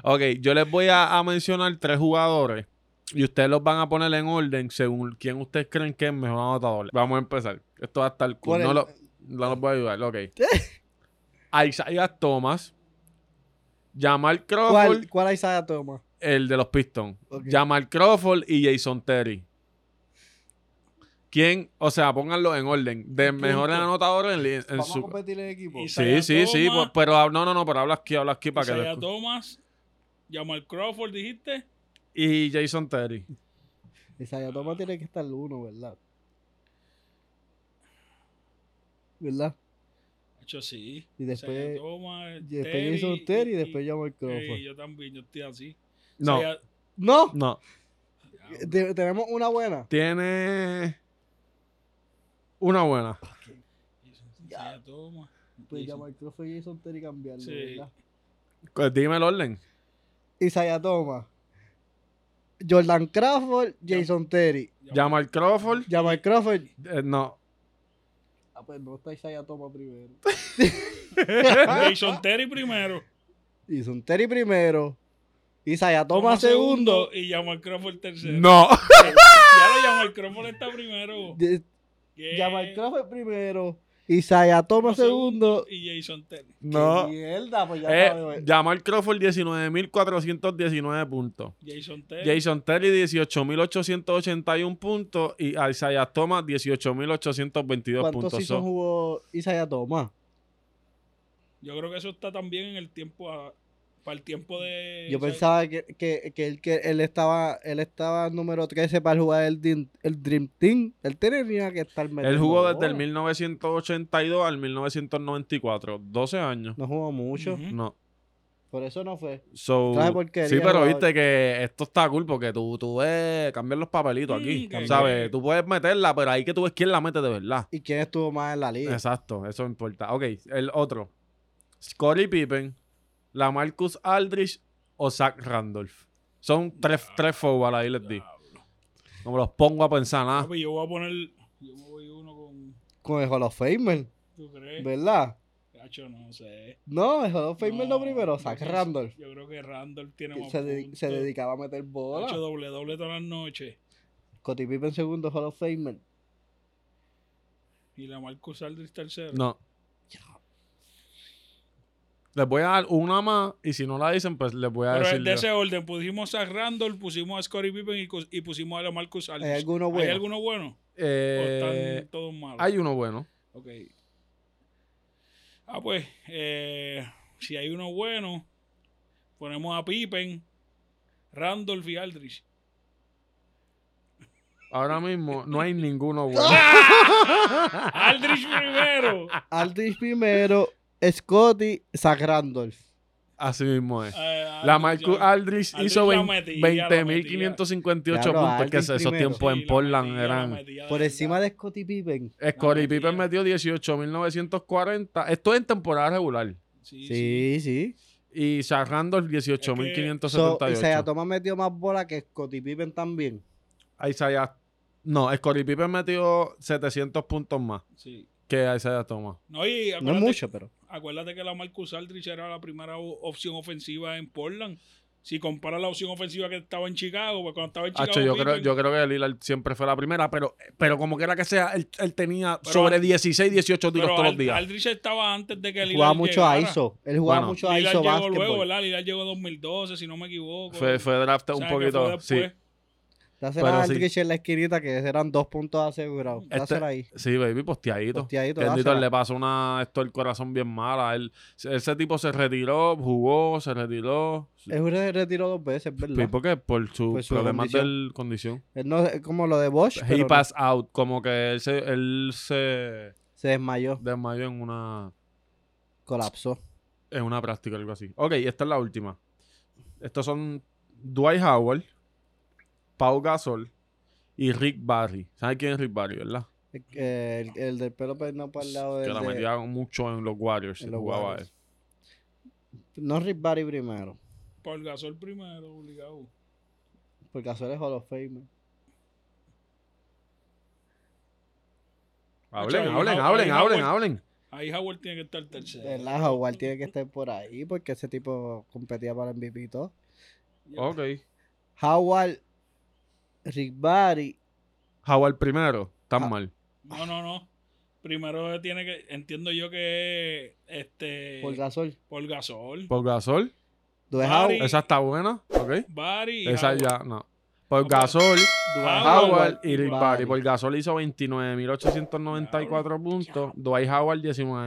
Ok, yo les voy a mencionar 3 jugadores y ustedes los van a poner en orden según quién ustedes creen que es mejor anotador. Vamos a empezar. Esto va a estar cool. No los voy a ayudar. Ok. Isaiah Thomas, Jamal Crawford, ¿Cuál Isaiah Thomas? el de los Pistons. Okay. Jamal Crawford y Jason Terry. ¿Quién? O sea, pónganlo en orden. De mejores anotadores en ¿Vamos su... a competir en equipo? Sí. Pero no, pero habla aquí para que... Isaiah Thomas, Jamal Crawford, dijiste. Y Jason Terry. Isaiah Thomas tiene que estar el 1, ¿verdad? ¿Verdad? Hecho, sí. Y después, Isaiah Thomas, después Jason Terry y después Jamal Crawford. Yo también, yo estoy así. No. ¡No! Tenemos una buena. Tiene... una buena. Isaiah Thomas. Pues Jamal Crawford y Jason Terry cambiarlo, Sí. ¿verdad? Pues dime el orden. Isaiah Thomas, Jordan Crawford, Jason Terry, Jamal Crawford. Jamal Crawford. No. Pues no está Isaiah Thomas primero. Jason Terry primero. Jason Terry primero. Isaiah Thomas segundo. Y Jamal Crawford tercero. No. Ya lo Jamal Crawford está primero. Jamal Crawford primero. Isaiah Thomas segundo. Y Jason Terry. No. ¡Qué mierda! Pues ya sabemos. Jamal Crawford 19.419 puntos. Jason Terry. 18.881 puntos. Y Isaiah Thomas 18.822 ¿Cuántos puntos. seasons jugó Isaiah Thomas? Yo creo que eso está también en el tiempo. Para el tiempo de. Yo pensaba que él estaba número 13 para jugar el Dream Team. Él tenía que estar metiendo. Él jugó desde el bola. 1982 al 1994. 12 años. No jugó mucho. Ujú. No. Por eso no fue. So, Traje porquería, sí, pero jugador. viste que esto está cool porque tú ves cambiar los papelitos aquí. que- ¿Sabes? Tú puedes meterla, pero ahí que tú ves quién la mete de verdad. ¿Y quién estuvo más en la liga? Exacto, eso importa. Ok, el otro. Scottie Pippen, LaMarcus Aldridge o Zach Randolph. Son tres forward ahí les di. No me los pongo a pensar nada. Papi, yo voy a poner. Yo me voy uno con. Con el Hall of Famer, ¿Tú crees? ¿verdad? Cacho, no sé. No, el Hall of Famer no primero, yo Zach pienso- Randolph. Yo creo que Randolph tiene Que más se puntos. dedicaba a meter bola. 8 doble todas las noches. Scottie Pippen segundo, Hall of Famer. Y la Marcus Aldridge tercero. No. Les voy a dar una más y si no la dicen, pues les voy a Pero decir de yo. ese orden, pusimos a Randolph, pusimos a Scottie Pippen y pusimos a la Marcus Aldridge. ¿Hay alguno bueno? ¿Hay alguno bueno? ¿O están todos malos? Hay uno bueno. Ok. Pues, si hay uno bueno, ponemos a Pippen, Randolph y Aldridge. Ahora mismo no hay ninguno bueno. Aldridge primero. Aldridge primero, Scottie, Zach Randolph. Así mismo es. Aldridge, La Marcus Aldridge Aldridge hizo la metía, 20.558 Diablo, puntos. Aldridge Que esos primero. tiempos en Sí, Portland la eran. metía Por de encima verdad. de Scottie Pippen. Scottie metía. Pippen metió 18.940. Esto es en temporada regular. Sí. Sí. Y Zach Randolph So, 18.578. Isaiah Thomas metió más bola que Scottie Pippen también. No, Scottie Pippen metió 700 puntos más Sí. que Isaiah Thomas. No, y No es acuérdate, mucho, pero. acuérdate que la Marcus Aldridge era la primera opción ofensiva en Portland. Si compara la opción ofensiva que estaba en Chicago, pues cuando estaba en Chicago. Hacho, Pippen, yo creo que Lillard siempre fue la primera, pero como quiera que sea, él tenía Pero sobre 16, 18 tiros pero todos los días. Aldridge estaba antes de que Lillard Jugaba mucho llegara. a ISO. Él jugaba Bueno, mucho a Lillard ISO llegó básquetbol. luego, ¿verdad? Lillard llegó en 2012, si no me equivoco. Fue draft O un sea, que poquito. fue Sí, después. Dásela pero a sí. Aldridge en la esquinita que eran 2 puntos asegurados. Dásela ahí. sí, baby, posteadito. Posteadito, Bendito, dásela. le pasó esto el corazón bien mala. Ese tipo se retiró, jugó, se retiró. Él se retiró 2 veces, Sí, ¿verdad? ¿por qué? Por sus Por su problemas condición. de condición. Él no, es como lo de Bosch, He pero no. passed out, como que él se Se desmayó, desmayó colapsó. en una práctica, algo así. Ok, esta es la última. Estos son Dwight Howard, Pau Gasol y Rick Barry. ¿Sabes quién es Rick Barry, verdad? El del pelo peinado para el lado Que del la de- metía mucho en los Warriors. en los jugaba Warriors. él. No Rick Barry primero, Paul Gasol primero, obligado. porque Gasol es Hall of Famer. Hablen, Hacho, hablen, ahí hablen, Howard- hablen, hablen. Ahí Howard tiene que estar tercero. ¿Verdad? Howard tiene que estar por ahí porque ese tipo competía para MVP y todo. Ok. Howard, Rick Barry. Howard primero. Tan mal. No. Primero tiene que, entiendo yo que Por Gasol. Paul Gasol. Por Gasol. Dwight Barry. Howard. Esa está buena. Ok. Barry y Esa Howard. ya, no. Por No, Gasol, Dwight Howard y Rick Barry. Barry. Por Gasol hizo 29.894 puntos. Dwight Howard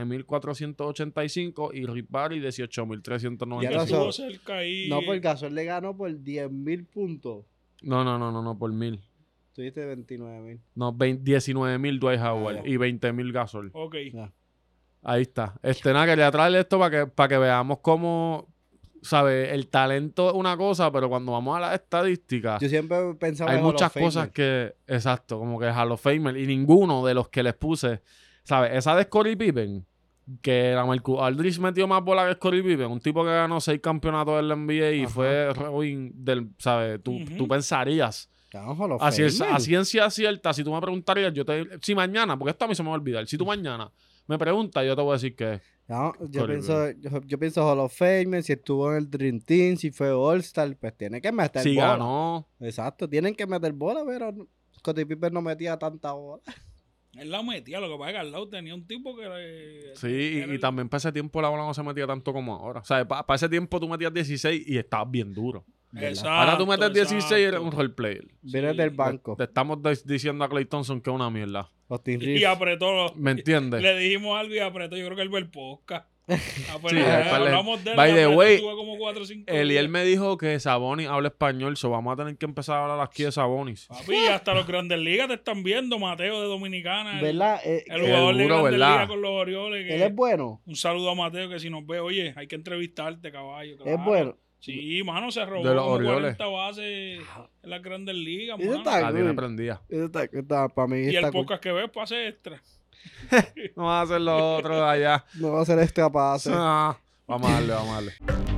19.485 y Rick Barry Ya 18.395. lo Estuvo sé. cerca ahí. No, por Gasol le ganó por 10,000 puntos. No, por 1.000. Tú dijiste 29,000. No, 19.000 Dwight Howard ya. y 20.000 Gasol. Ok. Ya. Ahí está. Nada, quería traerle esto para que veamos cómo, ¿sabes? El talento es una cosa, pero cuando vamos a las estadísticas, Yo siempre pensaba hay en Hall of muchas cosas Famer. que, exacto, como que Hall of Famer, y ninguno de los que les puse, ¿sabes? Esa de Scottie Pippen, que la Marcus Aldridge metió más bola que Scottie Pippen, un tipo que ganó 6 campeonatos de la NBA y Ajá. fue Robin del, ¿sabes? Tú pensarías. Ganó Hall of A Famer. ciencia cierta, si tú me preguntarías, si mañana, porque esto a mí se me va a olvidar, si tú mañana me preguntas, yo te voy a decir que No, yo Scottie pienso Hall of Famer, si estuvo en el Dream Team, si fue All-Star, pues tiene que meter si bola. ganó. Exacto, tienen que meter bola, pero Scottie Pippen no metía tanta bola. Él la metía, lo que pasa es que al lado tenía un tipo que... Sí, era y también para ese tiempo la bola no se metía tanto como ahora. O sea, para ese tiempo tú metías 16 y estabas bien duro. Exacto, Ahora tú metes 16 y eres exacto. un role player. Vienes del banco. Te estamos diciendo a Klay Thompson que es una mierda. Austin Y Reeves. apretó. ¿Me entiendes? Le dijimos algo y apretó. Yo creo que él ve el podcast. Sí, hablamos de él. by the apretó, way, tuvo como 4 o 5 Eliel me dijo que Sabonis habla español, so vamos a tener que empezar a hablar aquí de Sabonis. Papi, hasta los Grandes Ligas te están viendo. Mateo de Dominicana. ¿Verdad? El jugador de duro, Grandes ¿verdad? Ligas con los Orioles. que- Él es bueno. Un saludo a Mateo que si nos ve, oye, hay que entrevistarte, caballo. Es claro. bueno. Sí, mano, se robó De los como Orioles. 40 bases en las Grandes Ligas, Eso mano. está La tiene cool. prendida. Eso está para mí. Y Está el cool. podcast que ves pase extra. No va a hacer lo otro de allá. No va a ser este para hacer. Ah, vamos a darle.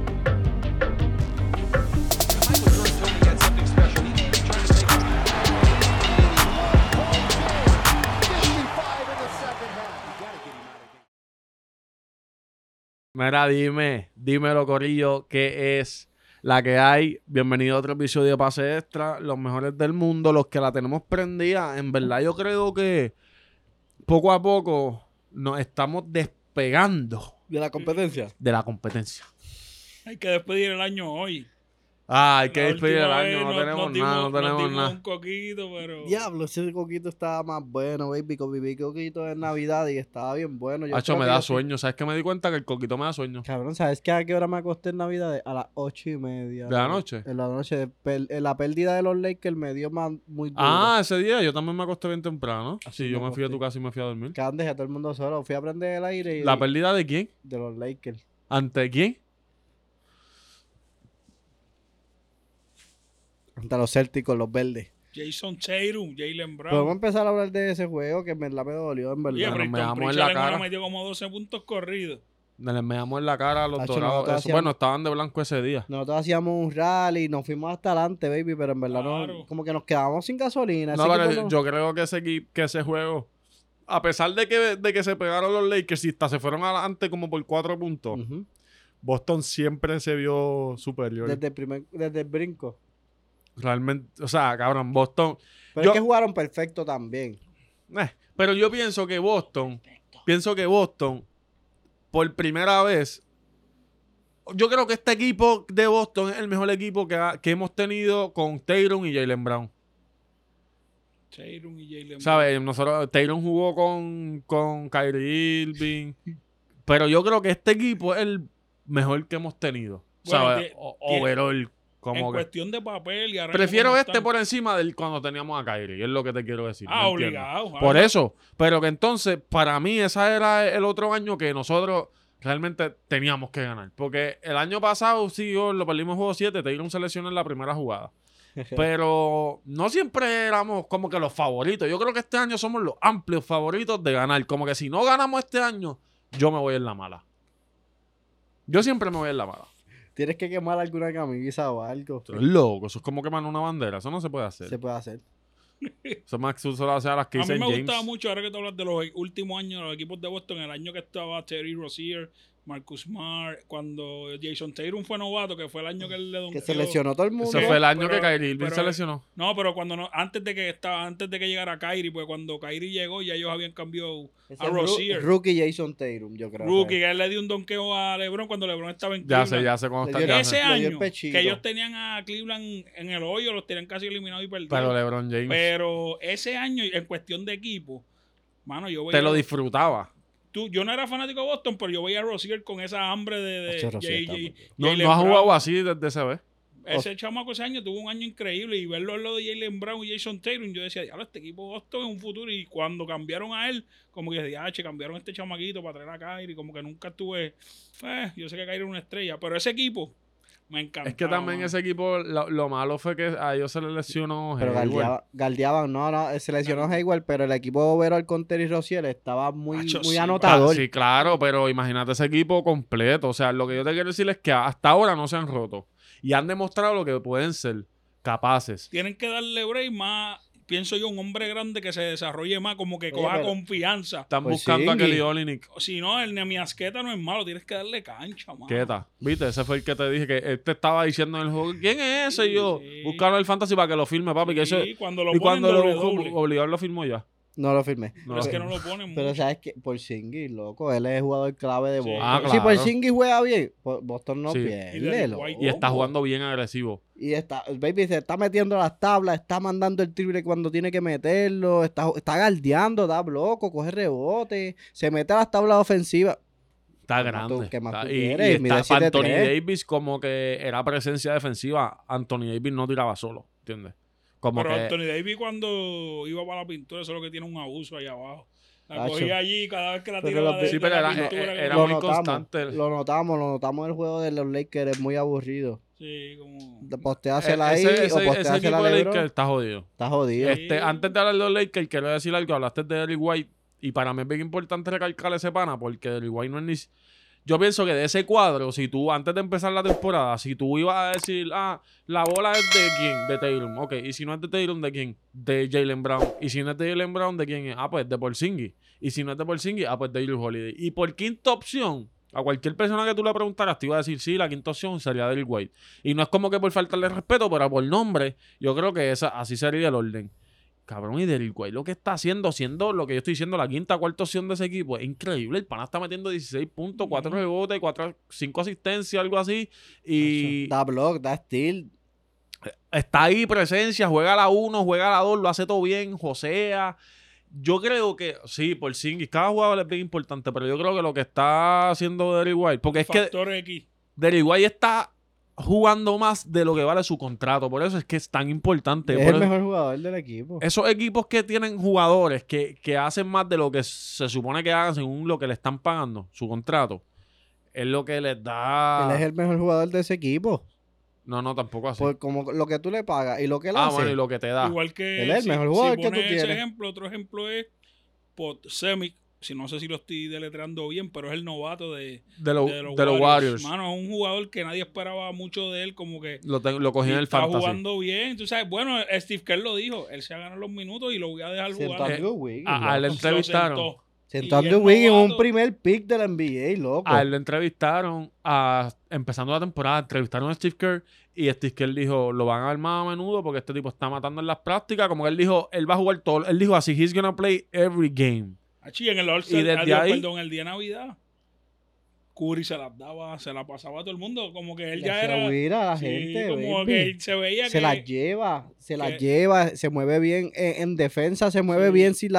Mira, dímelo, Corillo, ¿qué es la que hay? Bienvenido a otro episodio de Pase Extra, los mejores del mundo, los que la tenemos prendida. En verdad, yo creo que poco a poco nos estamos despegando ¿De la competencia? de la competencia. Hay que despedir el año hoy. Ah, hay que La despedir el última año, vez no tenemos nos nada, no dimos- nos tenemos dimos nada. un coquito, pero... Diablo, ese coquito estaba más bueno, baby. Viví coquito en Navidad y estaba bien bueno. Yo Hacho, creo me que da yo sí- sueño. ¿Sabes qué me di cuenta? Que el coquito me da sueño. Cabrón, ¿sabes qué? ¿A qué hora me acosté en Navidad? A las 8:30. ¿De la noche? En la noche. La pérdida de los Lakers me dio muy duro. Ah, ese día yo también me acosté bien temprano. Así Sí, yo me me fui a tu acosté. casa y me fui a dormir. Que dejé a todo el mundo solo. Fui a prender el aire y... ¿La pérdida de quién? De los Lakers. ¿Ante quién? Ante los Celtics, los verdes. Jason Tatum, Jaylen Brown. Podemos empezar a hablar de ese juego que en verdad me dolió, en verdad. Oye, Bueno, me Britton damos en Pritchard la cara. metió como 12 puntos corridos. Les meamos en la cara a los Hacho, dorados. nosotros Eso, hacíamos- bueno, estaban de blanco ese día. Nosotros hacíamos un rally, nos fuimos hasta adelante, baby, pero en verdad Claro. no, como que nos quedamos sin gasolina. No, Ese pero equipo no- yo creo que ese juego, a pesar de que se pegaron los Lakers y hasta se fueron adelante como por 4 puntos, Ujú. Boston siempre se vio superior. Desde el brinco. Realmente, o sea, cabrón, Boston. Pero Yo- es que jugaron perfecto también. Pero yo pienso que Boston, por primera vez, yo creo que este equipo de Boston es el mejor equipo que hemos tenido con Tatum y Jaylen Brown. Tatum y Jaylen Brown. ¿Sabes? Tatum jugó con Kyrie Irving. Pero yo creo que este equipo es el mejor que hemos tenido. Bueno, ¿Sabes? Overall. En Como que. cuestión de papel y ahora Prefiero mismo este están- por encima del cuando teníamos a Kyrie. Es lo que te quiero decir. Ah, ¿me entiendes? obligado. Por ah, eso. Pero que entonces, para mí, ese era el otro año que nosotros realmente teníamos que ganar. Porque el año pasado, sí, lo perdimos juego 7, te dieron selección en la primera jugada. Pero no siempre éramos como que los favoritos. Yo creo que este año somos los amplios favoritos de ganar. Como que si no ganamos este año, yo me voy en la mala. Yo siempre me voy en la mala. Tienes que quemar alguna camisa o algo. Tú eres loco. Eso es como quemar una bandera. Eso no se puede hacer. Se puede hacer. Eso más solo hace a las que A dicen mí me James. gustaba mucho, ahora que tú hablas de los últimos años, los equipos de Boston, el año que estaba Terry Rozier, Marcus Smart, cuando Jason Tatum fue novato, que fue el año que él le Que se lesionó todo el mundo. Ese fue el año Pero- que Kyrie Irving pero- se lesionó. No, pero antes de que llegara Kyrie, pues cuando Kyrie llegó ya ellos habían cambiado Ese a es Rozier. Rookie Jason Tatum, yo creo. Rookie, que él le dio un donqueo a LeBron cuando LeBron estaba en Ya Cleveland. sé cuando Le está dio- ya Ese sé. Le dio el año pechito. que ellos tenían a Cleveland en el hoyo, los tenían casi eliminados y Pero perdidos. LeBron James Pero ese año, en cuestión de equipo, mano, yo te veía... lo disfrutaba. Yo no era fanático de Boston, pero yo veía a Rozier con esa hambre Hacho, Rozier está muy No Jaylen ha jugado Brown. así desde ese vez. Ese chamaco ese año tuvo un año increíble y verlo en lo de Jaylen Brown y Jason Tatum, yo decía, diablo, este equipo de Boston es un futuro. Y cuando cambiaron a él, como que decía, cambiaron a este chamaquito para traer a Kyrie, como que nunca tuve, yo sé que Kyrie era una estrella, pero ese equipo me encanta. Es que también ese equipo, lo malo fue que a ellos se les lesionó Pero Hayward. galdeaban, no, se lesionó Hayward, pero el equipo overall con Terry Rozier estaba muy, Macho, muy sí, anotador. Sí, claro, pero imagínate ese equipo completo. O sea, lo que yo te quiero decir es que hasta ahora no se han roto. Y han demostrado lo que pueden ser capaces. Tienen que darle break más, pienso yo, un hombre grande que se desarrolle más, como que Oye, coja pero- confianza. Están Pues buscando a sí. Kelly Olynyk. Si no, el Nemiasqueta no es malo, tienes que darle cancha, mano. Queta. ¿Viste? Ese fue el que te dije que él te estaba diciendo en el juego. ¿Quién es ese? Y yo, Sí. buscarlo en el fantasy para que lo firme, papi. Que ese, Sí, cuando lo y ponen cuando lo doble. obligado lo firmó ya. No lo firmé. No, Pero es lo que firmó. no lo ponen Pero mucho. sabes que Porzingis, loco, él es jugador clave de Sí. Boston. Ah, Si claro. Porzingis juega bien, Boston no Sí. Y pierde, Derrick loco. White. Y está jugando bien agresivo. Y baby se está metiendo las tablas, está mandando el triple cuando tiene que meterlo, está galdeando, da bloco, coge rebote, se mete a las tablas ofensivas. Está ¿Qué más tú- grande. qué más Está- tú y quieres? Mide está Anthony 7'3". Davis como que era presencia defensiva. Anthony Davis no tiraba solo, ¿entiendes? Como Pero que Anthony Davis cuando iba para la pintura, eso es lo que tiene un abuso ahí abajo. La Tacho. cogía allí cada vez que la Pero tiraba los- de, Sí, de pero la era- pintura. era como- muy constante. Lo notamos el juego de los Lakers, es muy aburrido. Sí, como... Posteásela ahí ese o equipo posteásela a de LeBron. Lakers está jodido. Está jodido. Sí. Antes de hablar de los Lakers, quiero decir algo. Hablaste de Derrick White. Y para mí es bien importante recalcar ese pana, porque Derrick White no es ni... Yo pienso que de ese cuadro, si tú, antes de empezar la temporada, si tú ibas a decir, la bola es de quién, de Tatum. Ok, y si no es de Tatum, ¿de quién? De Jaylen Brown. Y si no es de Jaylen Brown, ¿de quién es? Pues de Porzingis. Y si no es de Porzingis, pues de Jrue Holiday. Y por quinta opción, a cualquier persona que tú le preguntaras, te iba a decir, sí, la quinta opción sería Derrick White. Y no es como que por faltarle respeto, pero por nombre, yo creo que así sería el orden. Cabrón, y Derrick White lo que está haciendo, siendo lo que yo estoy diciendo, la quinta, cuarta opción de ese equipo, es increíble. El pana está metiendo 16 puntos, 4 rebotes, 5 asistencias, algo así. Y Da block, da steal. está ahí, presencia, juega a la 1, juega a la 2, lo hace todo bien, josea. Yo creo que, sí, Porzingis, cada jugador es bien importante, pero yo creo que lo que está haciendo Derrick White, porque es que Factor X. Derrick White está jugando más de lo que vale su contrato, por eso es que es tan importante. Es Por el eso- mejor jugador del equipo. esos equipos que tienen jugadores que hacen más de lo que se supone que hagan según lo que le están pagando, su contrato, es lo que les da... Él es el mejor jugador de ese equipo. No, tampoco así. Por como lo que tú le pagas y lo que él hace. Bueno, y lo que te da. Igual que Él es el mejor jugador que tú pones ese tienes. ejemplo, otro ejemplo es Podzemic. Si no sé si lo estoy deletreando bien, pero es el novato de De los Warriors. Warriors. Mano, es un jugador que nadie esperaba mucho de él, como que Lo cogí en el está fantasy. jugando bien. Tú sabes, bueno, Steve Kerr lo dijo, él se ha ganado los minutos y lo voy a dejar Sentó a jugar. Andrew Wiggins. a él loco. le entrevistaron. Lo sentó. Sentó a y Andrew es Wiggins, un novato. primer pick de la NBA, loco. A él lo entrevistaron empezando la temporada, entrevistaron a Steve Kerr y Steve Kerr dijo, lo van a ver más a menudo porque este tipo está matando en las prácticas, como que él dijo, él va a jugar todo, él dijo así, he's gonna play every game. Achí, en el All-Star, Y desde ahí- el día de Navidad, Curry se las daba, se la pasaba a todo el mundo, como que él Le ya hacía era... huir a la sí, gente, como baby. que se veía Se que... las lleva, que- se mueve bien en defensa, se mueve Sí. bien sin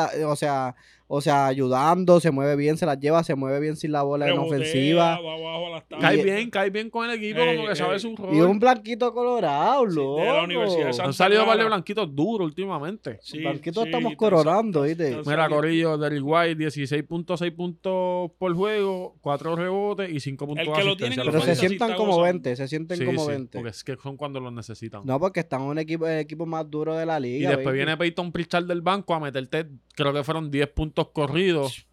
o sea, ayudando, se mueve bien, se las lleva, se mueve bien sin la bola en rebotea, ofensiva. va abajo a las tablas. Cae bien con el equipo, como que sabe su rol. Y un blanquito colorado, loco. de la Universidad de Santa Han salido Clara. par de blanquitos duros últimamente. Sí, Blanquito sí, estamos está- coronando, está- ¿viste? está- Mira, saliendo. Corillo, Derrick White, 16.6 puntos por juego, 4 rebotes y 5 puntos El de que lo tiene asistencia. en Pero el se fantasy sientan está como gozando. 20, se sienten Sí, como sí, 20. porque es que son cuando los necesitan. No, porque están en el equipo más duro de la Y liga. después baby. viene Peyton Pritchard del banco a meterte, creo que fueron 10 puntos corridos.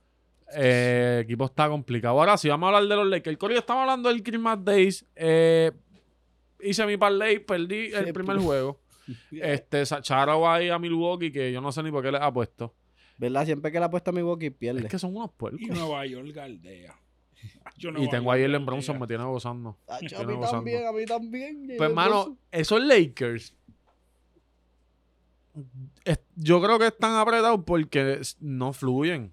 El equipo está complicado. Ahora, si vamos a hablar de los Lakers, el Corillo, estamos hablando del Christmas Days. Hice mi parlay, perdí el primer juego. Charo va ahí a Milwaukee, que yo no sé ni por qué les ha puesto. ¿Verdad? Siempre que la apuesta a Milwaukee pierde. Es que son unos puercos. Y Nueva York galdea. Y tengo ahí el Bronson, me tiene gozando. A mí también. Pues, hermano, esos Lakers, yo creo que están apretados porque no fluyen.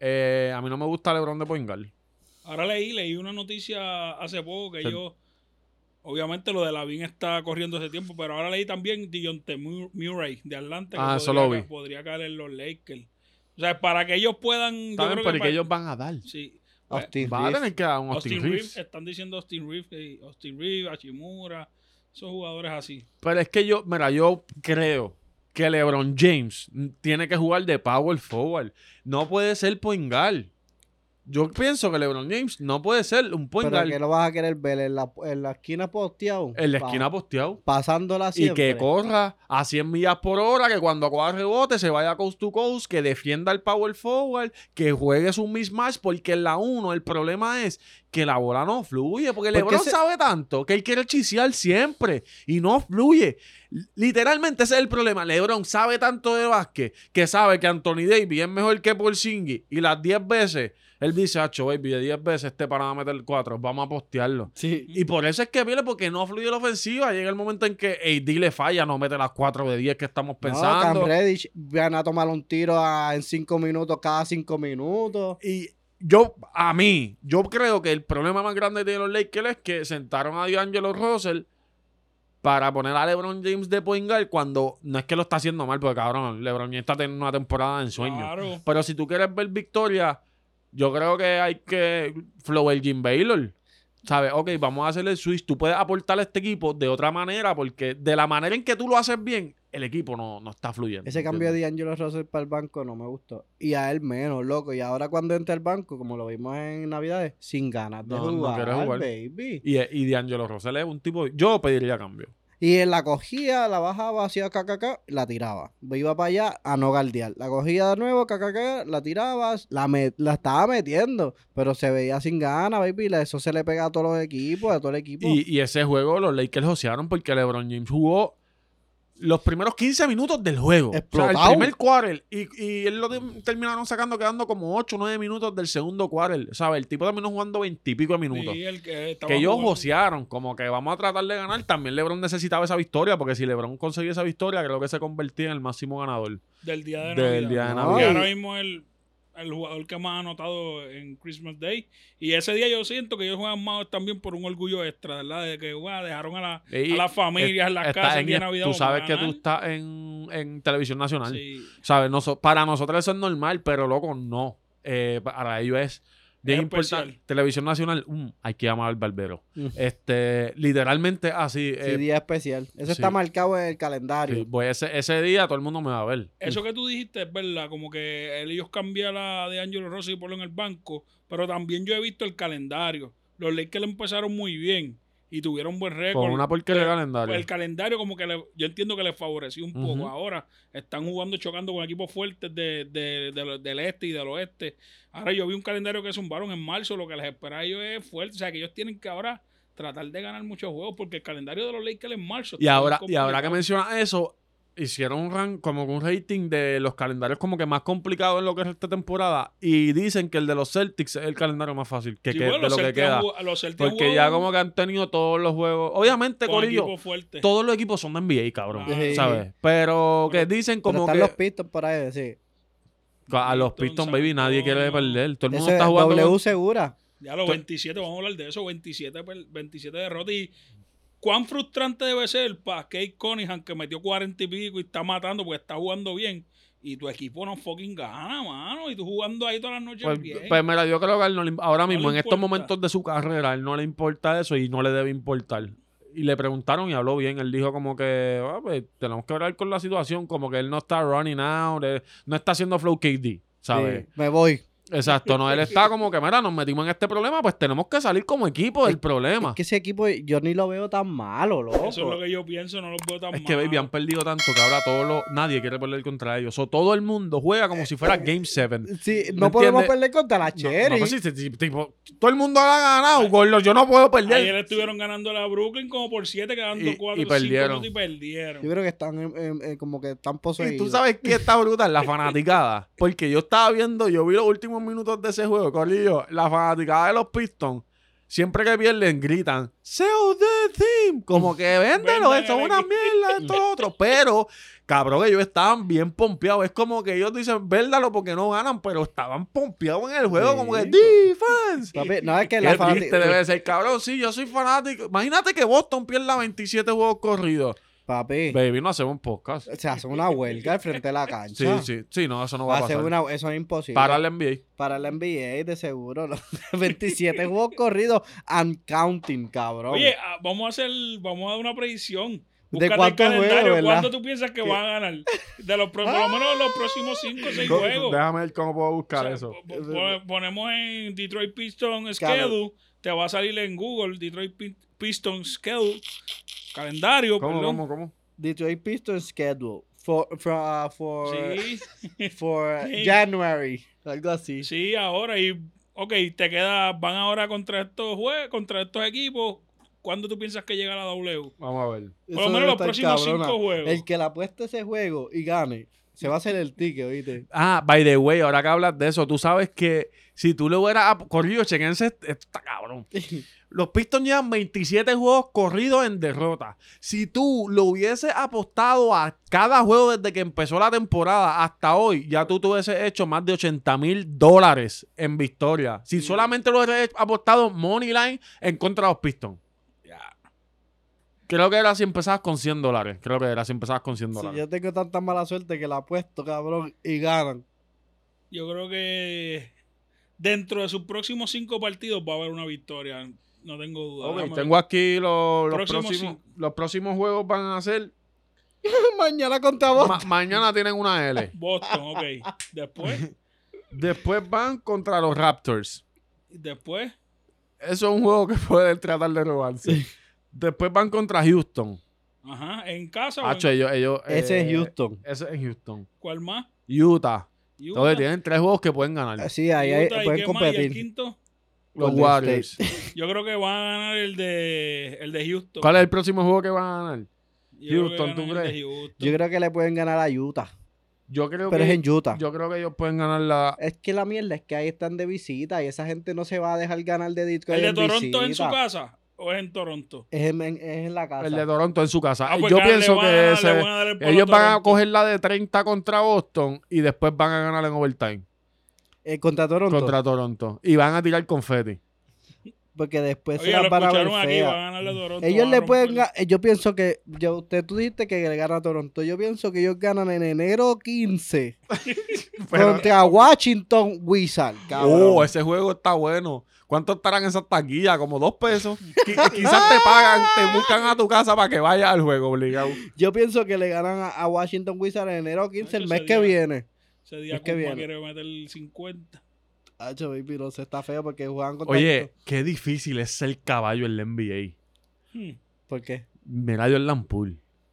A mí no me gusta LeBron de point guard. Ahora leí una noticia hace poco que yo, obviamente lo de Lavin está corriendo ese tiempo, pero ahora leí también Dejounte Murray de Atlanta que podría caer en los Lakers. O sea, para que ellos puedan... Está bien, pero que ellos van a dar. Sí. Austin va a tener que dar un Austin Reeves. Están diciendo Austin Reeves, Hachimura, esos jugadores así. Pero es que yo creo que LeBron James tiene que jugar de power forward. No puede ser point guard. Yo pienso que LeBron James no puede ser un point guard. ¿Pero que lo vas a querer ver en la esquina posteado? En la esquina posteado. Pasándola siempre. Y que corra a 100 millas por hora, que cuando coja rebote se vaya coast to coast, que defienda el power forward, que juegue su mismatch, porque en la 1 el problema es que la bola no fluye, porque LeBron sabe tanto que él quiere chisear siempre y no fluye. Literalmente ese es el problema. LeBron sabe tanto de básquet que sabe que Anthony Davis es mejor que Porzingis y las 10 veces él dice, baby, de 10 veces para a meter 4, vamos a postearlo. Sí. Y por eso es que pierde, porque no fluye la ofensiva. Llega el momento en que AD le falla, no mete las 4 de 10 que estamos pensando. Cam Reddish van a tomar un tiro en 5 minutos, cada 5 minutos. Y yo creo que el problema más grande de los Lakers es que sentaron a D'Angelo Russell para poner a LeBron James de point guard cuando no es que lo está haciendo mal, porque cabrón, LeBron James está teniendo una temporada de ensueño. Claro. Pero si tú quieres ver victoria, yo creo que hay que flow el Jim Baylor. ¿Sabes? Ok, vamos a hacer el switch. Tú puedes aportar a este equipo de otra manera, porque de la manera en que tú lo haces bien, el equipo no está fluyendo. Ese cambio de D'Angelo Russell para el banco no me gustó. Y a él menos, loco. Y ahora cuando entra al banco, como lo vimos en Navidades, sin ganas de jugar, no quiere jugar, baby. Y D'Angelo Russell es un tipo... Yo pediría cambio. Y él la cogía, la bajaba, hacía cacaca, la tiraba. Iba para allá a no guardiar. La cogía de nuevo, cacaca, la tiraba, la estaba metiendo. Pero se veía sin ganas, baby. Eso se le pega a todos los equipos, a todo el equipo. Y ese juego los Lakers josearon porque LeBron James jugó los primeros 15 minutos del juego. Explotado. O sea, el primer quarter. Y él lo terminaron sacando quedando como 8 o 9 minutos del segundo quarter. ¿Sabes? El tipo terminó jugando 20 y pico de minutos. Sí, que ellos josearon. Como que vamos a tratar de ganar. También LeBron necesitaba esa victoria. Porque si LeBron conseguía esa victoria, creo que se convertía en el máximo ganador. Del día de Navidad. Y ahora mismo el jugador que más ha anotado en Christmas Day. Y ese día yo siento que ellos juegan más también por un orgullo extra, ¿verdad? De que dejaron a las familias en las casas el día de Navidad. Tú sabes que tú estás en televisión nacional. Sí. ¿Sabes? Para nosotros eso es normal, pero loco, no. Para ellos es bien importante. Televisión nacional, hay que llamar al barbero. Literalmente así. Sí, día especial. Eso está marcado en el calendario. Sí, pues ese día todo el mundo me va a ver. Eso que tú dijiste es verdad, como que ellos cambian la de D'Angelo Russell y ponerlo en el banco, pero también yo he visto el calendario. Los Lakers empezaron muy bien y tuvieron buen récord. Con una porquería de calendario. El calendario como que yo entiendo que les favoreció un poco. Ahora están chocando con equipos fuertes del este y del oeste. Ahora yo vi un calendario que zumbaron en marzo, lo que les espera a ellos es fuerte. O sea, que ellos tienen que ahora tratar de ganar muchos juegos porque el calendario de los Lakers en marzo. Y ahora que mencionas eso, hicieron como un rating de los calendarios como que más complicados en lo que es esta temporada y dicen que el de los Celtics es el calendario más fácil de lo que queda. Porque ya como que han tenido todos los juegos. Obviamente, Corillo, todos los equipos son de NBA, cabrón. ¿Sabes? Pero que dicen como están que... los Pistons por ahí, sí. A los Pistons, baby, nadie quiere perder. Todo el mundo está jugando... W segura. Ya los 27, vamos a hablar de eso, 27 derrotas. Y cuán frustrante debe ser para Kate Cunningham, que metió 40 y pico y está matando porque está jugando bien. Y tu equipo no fucking gana, mano. Y tú jugando ahí todas las noches bien. Pues mira, yo creo que a él ahora mismo, en estos momentos de su carrera, a él no le importa eso y no le debe importar. Y le preguntaron y habló bien. Él dijo como que pues, tenemos que hablar con la situación. Como que él no está running out, no está haciendo flow KD, ¿sabes? Sí, me voy. Exacto, no, él está como que, mira, nos metimos en este problema, pues tenemos que salir como equipo del problema. Es que ese equipo yo ni lo veo tan malo, loco. Eso es lo que yo pienso, no lo veo tan mal. Es que, baby, han perdido tanto que ahora nadie quiere perder contra ellos. O todo el mundo juega como si fuera Game 7. Sí, no podemos perder contra la Cherry. No, pues sí, tipo, todo el mundo ha ganado, gordo, yo no puedo perder. Ayer estuvieron ganando a Brooklyn como por 7, quedando 4 y perdieron. y perdieron. Yo creo que están como que están poseídos. Y tú sabes que está brutal, la fanaticada. Porque yo vi los últimos minutos de ese juego, Corillo. La fanaticada de los Pistons, siempre que pierden, gritan, "Sell the team". Como que véndelo, eso es una mierda, esto es otro. Pero, cabrón, ellos estaban bien pompeados. Es como que ellos dicen, véndalo porque no ganan, pero estaban pompeados en el juego, como que defense. Papi, no, es que Qué triste debe ser, cabrón. Sí, yo soy fanático. Imagínate que Boston pierda 27 juegos corridos. Papi. Baby, no hacemos un podcast. Se hace una huelga al frente de la cancha. Sí, no, eso no va a pasar. Eso es imposible. Para el NBA. Para el NBA, de seguro. ¿No? 27 juegos corridos and counting, cabrón. Oye, vamos a dar una predicción. ¿De cuántos juegos, verdad? ¿Cuánto tú piensas que van a ganar? Por lo menos los próximos 5 o 6 juegos. Déjame ver cómo puedo buscar eso. Ponemos en Detroit Pistons Schedule. Te va a salir en Google Detroit Pistons Schedule. Calendario, ¿Cómo? Detroit Pistons Schedule. For Sí. January. Algo así. Sí, ahora. Van ahora contra estos equipos. ¿Cuándo tú piensas que llega la W? Vamos a ver. Por lo menos los próximos 5 juegos. El que le apueste ese juego y gane, se va a hacer el ticket, ¿oíste? By the way, ahora que hablas de eso, tú sabes que si tú le hubieras corrido, chequense, esto está cabrón. Los Pistons llevan 27 juegos corridos en derrota. Si tú lo hubieses apostado a cada juego desde que empezó la temporada hasta hoy, ya tú hubieses hecho más de $80,000 en victoria. Si solamente lo hubieses apostado money line en contra de los Pistons. Creo que era si empezabas con $100. Si yo tengo tanta mala suerte que la apuesto, cabrón, y ganan. Yo creo que dentro de sus próximos 5 partidos va a haber una victoria. No tengo duda. Okay, tengo aquí los próximos juegos van a ser... Mañana contra Boston. Mañana tienen una L. Boston, ok. Después van contra los Raptors. Después. Eso es un juego que pueden tratar de robarse. Después van contra Houston. Ajá, ¿en casa ellos ese es Houston. Ese es Houston. ¿Cuál más? Utah. Entonces tienen 3 juegos que pueden ganar. Sí, ahí pueden competir. ¿Y el quinto? Los Warriors. Yo creo que van a ganar el de Houston. ¿Cuál es el próximo juego que van a ganar? Houston, ¿tú crees? Yo creo que le pueden ganar a Utah. Pero es en Utah. Yo creo que ellos pueden ganar Es que la mierda es que ahí están de visita y esa gente no se va a dejar ganar de Detroit. ¿El de Toronto en su casa o es en Toronto? Es en la casa. El de Toronto en su casa. Pues yo pienso que ellos van a coger la de 30 contra Boston y después van a ganar en overtime. ¿Contra Toronto? Contra Toronto. Y van a tirar confeti. Porque después se las van a ver fea. Ellos le pueden yo pienso que tú dijiste que le gana a Toronto. Yo pienso que ellos ganan en enero 15 contra Washington Wizards. Ese juego está bueno. ¿Cuánto estarán esas taquillas? Como $2. Quizás te pagan, te buscan a tu casa para que vayas al juego obligado. Yo pienso que le ganan a Washington Wizards en enero 15 el mes que viene. Ese día Kuma quiere meter el 50. Baby, no sé, está feo porque juegan contra... Oye, qué difícil es ser caballo en la NBA. ¿Por qué? Mira Jordan Poole.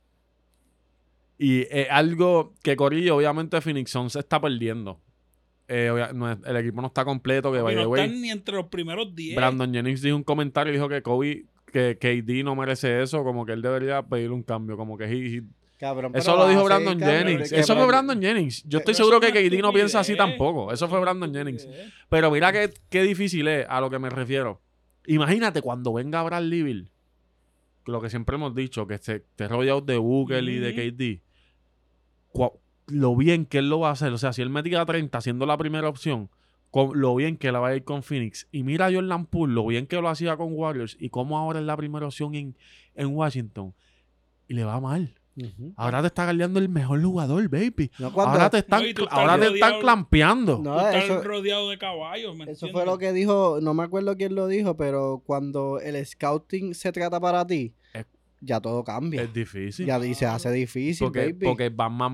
Y algo que Corillo, obviamente Phoenix Suns se está perdiendo. El equipo no está completo. Que no están ni entre los primeros 10. Brandon Jennings dijo un comentario y dijo que KD no merece eso. Como que él debería pedir un cambio. Como que Cabrón, eso lo dijo Brandon Jennings. Eso fue Brandon Jennings. Yo estoy seguro que KD no piensa así tampoco. Eso fue Brandon Jennings. Pero mira qué difícil es a lo que me refiero. Imagínate cuando venga Bradley Beal, lo que siempre hemos dicho, que esté rodeado de Booker y de KD. Lo bien que él lo va a hacer. O sea, si él metía 30 siendo la primera opción, lo bien que la va a ir con Phoenix. Y mira a Jordan Poole, lo bien que lo hacía con Warriors y cómo ahora es la primera opción en Washington. Y le va mal. Ahora te está galeando el mejor jugador, baby. Ahora te están clampeando. No, estás rodeado de caballos. Eso fue lo que dijo, no me acuerdo quién lo dijo, pero cuando el scouting se trata para ti, ya todo cambia. Es difícil. Ya se hace difícil, baby. Porque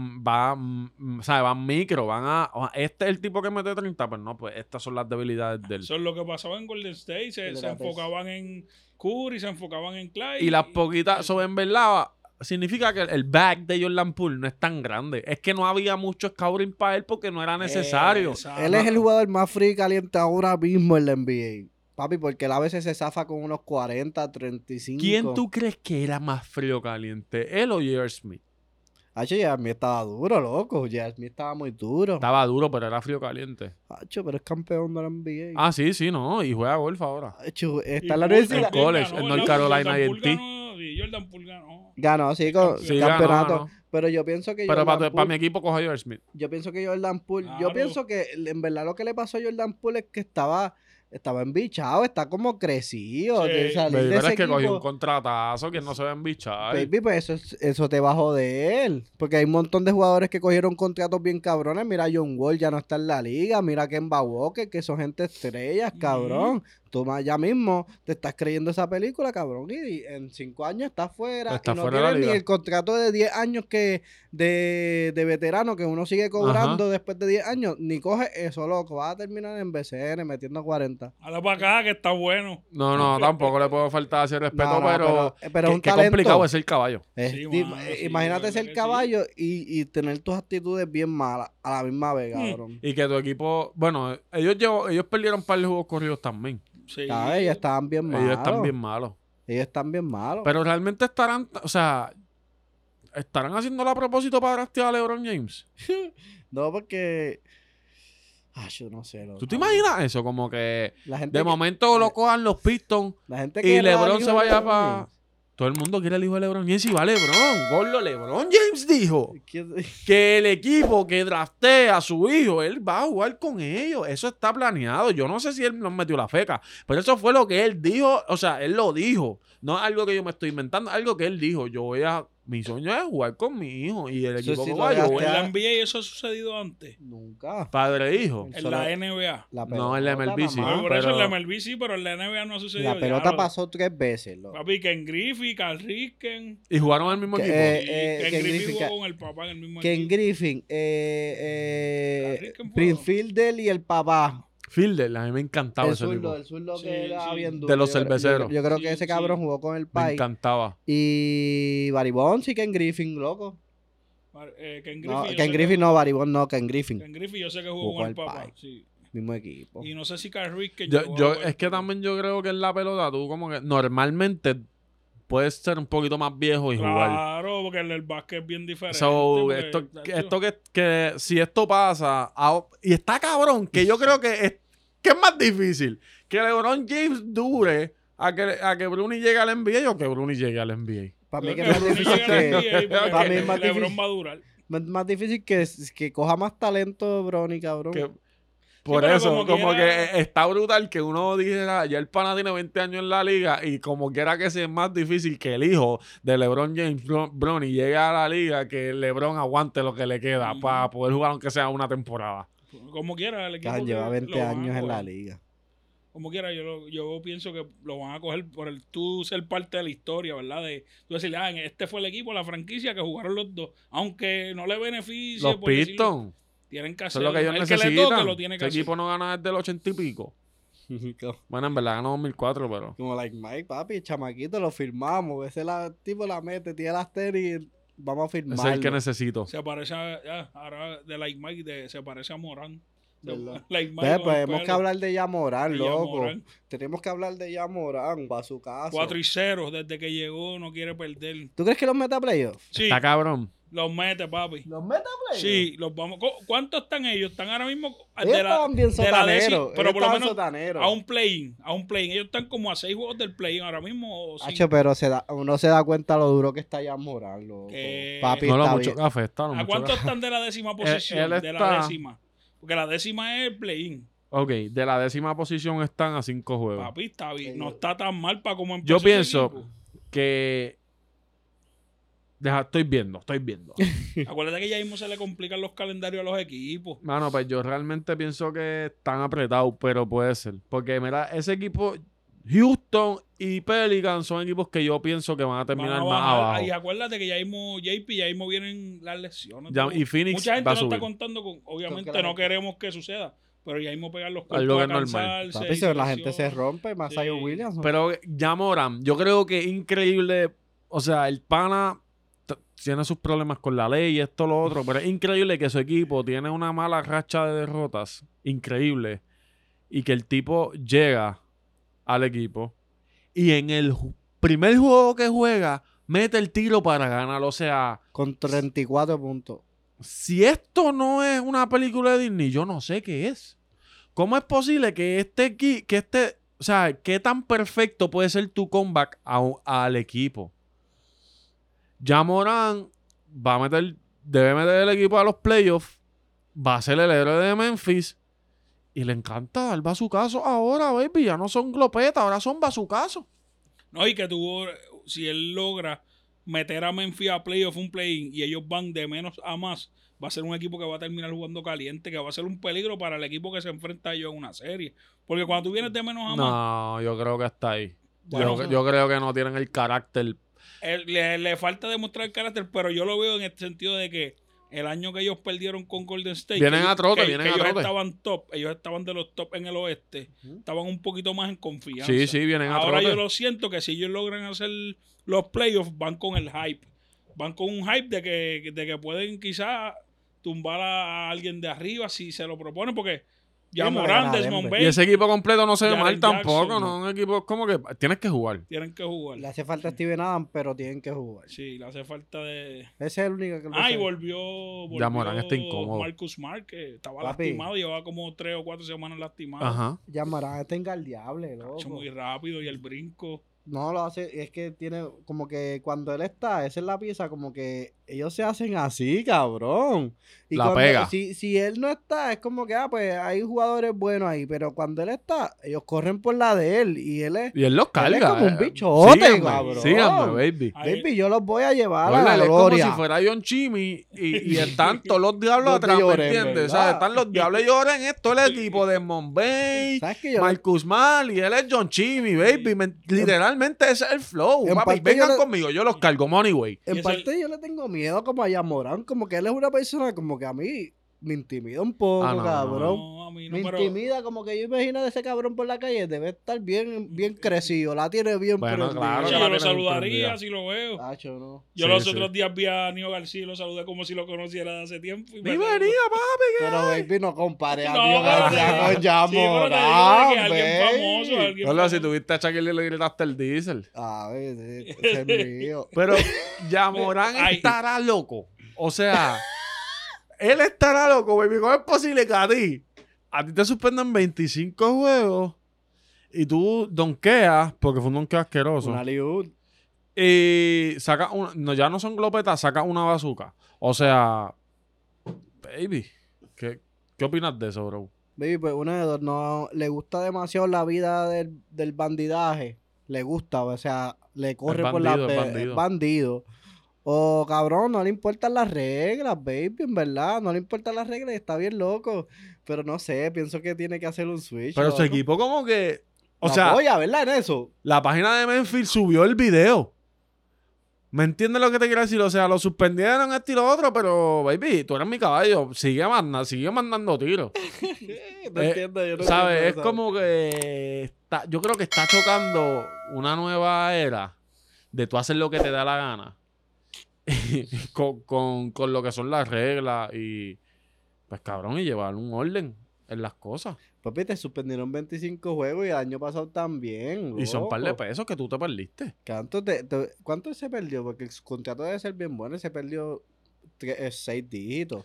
van micro, este es el tipo que mete 30, pues no, pues estas son las debilidades del... Eso es lo que pasaba en Golden State. Se enfocaban en Curry, se enfocaban en Clyde. Y las poquitas, eso en verdad, significa que el back de Jordan Poole no es tan grande. Es que no había mucho scouting para él porque no era necesario. Él es el jugador más frío y caliente ahora mismo en la NBA. Papi, porque él a veces se zafa con unos 40, 35. ¿Quién tú crees que era más frío caliente? ¿Él o J.R. Smith? Hacho, J.R. Smith estaba duro, loco. J.R. Smith estaba muy duro. Estaba duro, pero era frío caliente. Hacho, pero es campeón de la NBA. Ah, sí, no. Y juega golf ahora. Hacho, está en la universidad. En college, en North Carolina A&T. Jordan Poole ganó. Ganó, sí, con campeonato. Ganó. Pero yo pienso que Pero para mi equipo coge J.R. Smith. Yo pienso que Jordan Poole... Claro. Yo pienso que en verdad lo que le pasó a Jordan Poole es que estaba embichado, está como crecido. Sí. Pero es que cogió un contratazo que no se va a embichar. Baby, pues eso te bajó de él. Porque hay un montón de jugadores que cogieron contratos bien cabrones. Mira, John Wall ya no está en la liga. Mira Kemba Walker, que son gente estrellas, cabrón. Tú ya mismo te estás creyendo esa película, cabrón. Y en 5 años estás fuera. Está y no fuera de la tienes liga. ni el contrato de 10 años que de veterano que uno sigue cobrando después de 10 años. Ni coge eso, loco. Vas a terminar en BCN metiendo 40. Hala para acá, que está bueno. No, tampoco le puedo faltar ese respeto, pero es un qué talento. complicado es el caballo. Sí, Imagínate ser que caballo y tener tus actitudes bien malas a la misma vez, cabrón. Y que tu equipo... Bueno, ellos perdieron un par de juegos corridos también. Sí. Ellos estaban bien malos. Ellos están bien malos. Ellos están bien malos. Pero realmente estarán... O sea... ¿Estarán haciéndolo a propósito para draftear a LeBron James? No, porque... yo no sé. ¿Tú te imaginas eso? Como que la gente de momento lo cojan los Pistons la gente y LeBron se vaya para... Todo el mundo quiere el hijo de LeBron James y va LeBron. Gordo, LeBron James dijo que el equipo que draftea a su hijo, él va a jugar con ellos. Eso está planeado. Yo no sé si él nos metió la feca, pero eso fue lo que él dijo. O sea, él lo dijo. No es algo que yo me estoy inventando, algo que él dijo. Mi sueño es jugar con mi hijo y el equipo que va a ¿En la NBA eso ha sucedido antes? Nunca. Padre e hijo. En la NBA. No, en la MLB sí. Por eso en la MLB sí, pero en la NBA no ha sucedido. La pelota pasó 3 veces, loco. Papi, Ken Griffey, Carl Ripken. Y jugaron en el mismo equipo. Ken Griffey jugó con el papá en el mismo Ken equipo. Griffin, Prince Fielder y el papá. Fielder, a mí me encantaba ese tipo. El zurdo que era bien duro. De los cerveceros. Yo creo que ese cabrón jugó con el Pai. Me encantaba. Y Barry Bonds y Ken Griffin, loco. Ken Griffin no, Barry Bonds no, Ken Griffin. Ken Griffin yo sé que jugó con el papá. Sí. Mismo equipo. Y no sé si Carl Ripken. Es que también yo creo que en la pelota tú como que normalmente puedes ser un poquito más viejo y jugar. Claro, porque el básquet es bien diferente. Esto que si esto pasa y está cabrón, que yo creo que es más difícil que LeBron James dure a que Bronny llegue al NBA o que Bronny llegue al NBA. Para mí que es más difícil que... Para mí es más LeBron difícil. va a durar. Más difícil que coja más talento Bronny, cabrón. Por pero eso, como que está brutal que uno dijera, ya el pana tiene 20 años en la liga y como quiera que sea más difícil que el hijo de LeBron James, Bronny, llegue a la liga, que LeBron aguante lo que le queda para poder jugar aunque sea una temporada. Como quiera, el equipo Lleva 20 años en la liga. Como quiera, yo pienso que lo van a coger por tú ser parte de la historia, ¿verdad? De tú decirle, este fue el equipo, la franquicia que jugaron los dos. Aunque no le beneficie. Los Pistons. Tienen que Eso hacer. es lo que ellos el necesitan. que le toque lo tiene que Este hacer. equipo no gana desde el 80 y pico. Bueno, en verdad ganó 2004, pero... Como like Mike, papi, chamaquito, lo firmamos. Ese tipo la mete, tiene las tenis, vamos a firmarlo. Ese es el que necesito. Se parece ahora de Like Mike, se parece a Morán. Like Mike, pues tenemos que hablar de Yamorán, loco. Tenemos que hablar de Yamorán, va a su casa. 4-0, desde que llegó no quiere perder. ¿Tú crees que los mete a playoffs? Sí. Está cabrón. Los mete, papi. ¿Los mete a playoffs? Sí, los vamos. ¿Cuántos están ellos? Están ahora mismo ellos estaban bien sotaneros. Pero por lo menos a un play-in. Ellos están como a 6 juegos del play-in ahora mismo. Pero uno se da cuenta lo duro que está Yamorán, loco. Papi, no lo está mucho bien. café, está no ¿A mucho cuántos café. están de la 10ª posición? De la 10ª. Porque la 10ª es el play-in. Ok, de la 10ª posición están a 5 juegos. Papi, está bien. No está tan mal para como empezó. Yo ese pienso equipo. que... estoy viendo. Acuérdate que ya mismo se le complican los calendarios a los equipos. Mano, pues yo realmente pienso que están apretados, pero puede ser. Porque, mira, ese equipo... Houston y Pelicans son equipos que yo pienso que van a terminar más abajo. Y acuérdate que ya mismo JP, ya mismo vienen las lesiones. Y Phoenix mucha gente va a no subir. está contando con, obviamente no queremos que suceda, pero ya mismo pegar los Algo cuerpos que a es normal. cansarse. Papi, si la gente se rompe, más Sí. Zion Williamson. Pero ya Morán, yo creo que es increíble. O sea, el pana tiene sus problemas con la ley y esto, lo otro. Pero es increíble que su equipo tiene una mala racha de derrotas. Increíble. Y que el tipo llega al equipo y en el primer juego que juega mete el tiro para ganar. O sea, Con 34 puntos. si esto no es una película de Disney, yo no sé qué es. ¿Cómo es posible que o sea, qué tan perfecto puede ser tu comeback al equipo? Ya Morán debe meter el equipo a los playoffs, va a ser el héroe de Memphis y le encanta dar bazucazos ahora, baby. Ya no son glopetas, ahora son bazucazos. No, y que si él logra meter a Memphis a playoff, un play-in, y ellos van de menos a más, va a ser un equipo que va a terminar jugando caliente, que va a ser un peligro para el equipo que se enfrenta a ellos en una serie. Porque cuando tú vienes de menos a más... No, yo creo que hasta ahí. Bueno, yo creo que no tienen el carácter. Le falta demostrar el carácter, pero yo lo veo en el sentido de que el año que ellos perdieron con Golden State, Vienen a trote, ellos estaban top, ellos estaban de los top en el oeste, estaban un poquito más en confianza. Sí, vienen a trote. Ahora yo lo siento que si ellos logran hacer los playoffs, van con el hype. Van con un hype de que pueden quizás tumbar a alguien de arriba si se lo proponen, porque ya Morán, Desmond Bain. Y ese equipo completo no se ve Jaren mal tampoco, Jackson, ¿no? Un equipo como que tienes que jugar. Tienen que jugar. Le hace falta Steven Adams, pero tienen que jugar. Sí, le hace falta de... Ese es el único que lo y sabe. volvió Ya Morán está incómodo. Marcus Smart, que estaba Papi. lastimado, llevaba como 3 o 4 semanas lastimado. Ajá. Ya Morán está ingardeable, loco. Hecho muy rápido y el brinco. No lo hace, es que tiene como que cuando él está, esa es la pieza, como que ellos se hacen así, cabrón. Y La cuando- pega. Si él no está, es como que, pues hay jugadores buenos ahí, pero cuando él está, ellos corren por la de él y él es... Y él los carga. Él es como un bichote, Síganme, cabrón. síganme, baby. Baby, yo los voy a llevar a Oye, la él es como gloria. si fuera John Chimmy y están todos los diablos Los atrás, de ¿me Lloren, entiendes? ¿verdad? O sea, están los diablos y lloran en todo el equipo de Monbay, ¿Sabes qué? Yo Marcus Mal y él es John Chimmy, baby. Literalmente ese es el flow, En papi. parte Vengan yo le- conmigo, yo los cargo, money way. En Y es parte yo le tengo miedo como a Yamorán, como que él es una persona como que a mí me intimida un poco, Ah, no, cabrón. No, a mí no, Me pero... intimida, como que yo imagino de ese cabrón por la calle, debe estar bien crecido, la tiene bien Bueno, prendida. claro que yo la lo tiene saludaría prendida. si lo veo. Tacho, no. Yo Sí, los sí. otros días vi a Nio García y lo saludé como si lo conociera de hace tiempo. Y me- Bienvenida, papi. Pero, baby, no compare a No, Dios pero García te- con Sí, pero te digo de que Yamorán, alguien famoso, alguien Hola, si famoso. tuviste a Shaquille y le gritaste el diésel. A ver, ese es mío. Pero Yamorán Ay. estará loco. O sea, él estará loco, baby. ¿Cómo es posible que a ti te suspendan 25 juegos y tú donkeas, porque fue un donkeo asqueroso, Una liud. y sacas no, ya no son glopetas, sacas una bazooka? O sea, baby, ¿qué opinas de eso, bro? Baby, pues uno de dos, no le gusta demasiado la vida del bandidaje. Le gusta, o sea, le corre por la bandido, es bandido. bandido. O cabrón, no le importan las reglas, baby, en verdad. No le importan las reglas y está bien loco. Pero no sé, pienso que tiene que hacer un switch. Pero su loco. equipo como que... O Lo sea, apoya, ¿verdad? En eso. la página de Memphis subió el video. ¿Me entiendes lo que te quiero decir? O sea, lo suspendieron esto y lo otro, pero, baby, tú eres mi caballo. Sigue mandando tiros. No entiendo, yo no ¿Sabes? entiendo Es eso. como que... yo creo que está chocando una nueva era de tú hacer lo que te da la gana. con lo que son las reglas y... Pues, cabrón, y llevar un orden en las cosas. Papi, te suspendieron 25 juegos y el año pasado también. Y son un par de loco. pesos que tú te perdiste. ¿Cuánto se perdió? Porque el contrato debe ser bien bueno y se perdió 6 dígitos.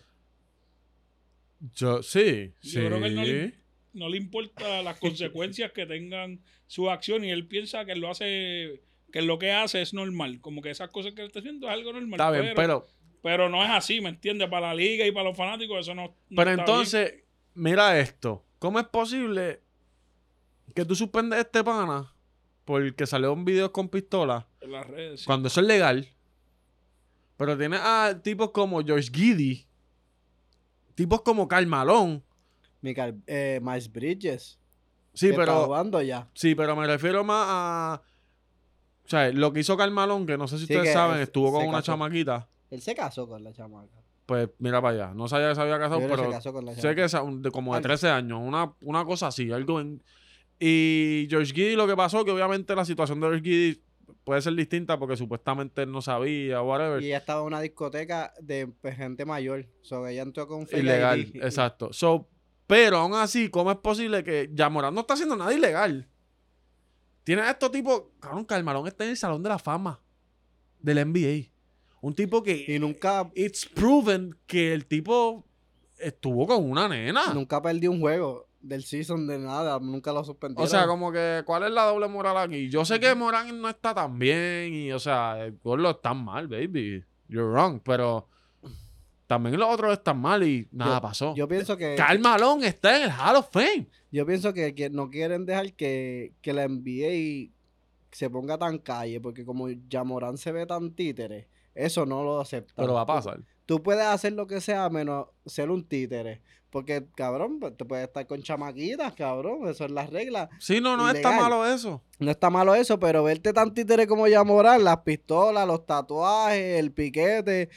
Sí. Yo creo que él no le importa las consecuencias que tengan su acción y él piensa que lo hace, que lo que hace es normal. Como que esas cosas que él está haciendo es algo normal. Está bien, pero no es así, ¿me entiendes? Para la liga y para los fanáticos eso no Pero está entonces, mira esto. ¿Cómo es posible que tú suspendes a este pana porque salió un video con pistola bien en las redes. Sí. cuando eso es legal? Pero tienes a tipos como George Giddy, tipos como Karl Malone. Miles Bridges. Sí, que pero... está jugando ya. Sí, pero me refiero más a... O sea, lo que hizo Karl Malone, que no sé si Sí, ustedes que saben, él estuvo con se una casó. chamaquita. Él se casó con la chamaca. Pues mira para allá. No sabía que se había casado, Yo creo que se pero casó con la sé chamaca. que es como de Algo. 13 años. Una cosa así, algo en... Y George Giddy lo que pasó, que obviamente la situación de George Giddy puede ser distinta porque supuestamente él no sabía o whatever. Y ella estaba en una discoteca de pues, gente mayor. So, ella entró con fake Ilegal, ID. exacto. So, pero aún así, ¿cómo es posible que Ja Morant no está haciendo nada ilegal? Tiene a estos tipos... Cabrón, Karl Malone está en el Salón de la Fama del NBA. Un tipo que... Y nunca It's proven que el tipo estuvo con una nena. perdió un juego del season de nada. Nunca lo suspendieron. O sea, como que, ¿cuál es la doble moral aquí? Yo sé que Morán no está tan bien y, o sea, el Gordo está mal, baby. You're wrong, pero también los otros están mal y nada pasó. Yo pienso que... Karl Malone está en el Hall of Fame. Yo pienso que no quieren dejar que la NBA se ponga tan calle, porque como Ja Morant se ve tan títere, eso no lo aceptan. Pero va a pasar. Tú puedes hacer lo que sea menos ser un títere. Porque, cabrón, pues, tú puedes estar con chamaquitas, cabrón. Eso es la regla. Sí, no está Ilegal. malo eso. No está malo eso, pero verte tan títere como Ja Morant, las pistolas, los tatuajes, el piquete,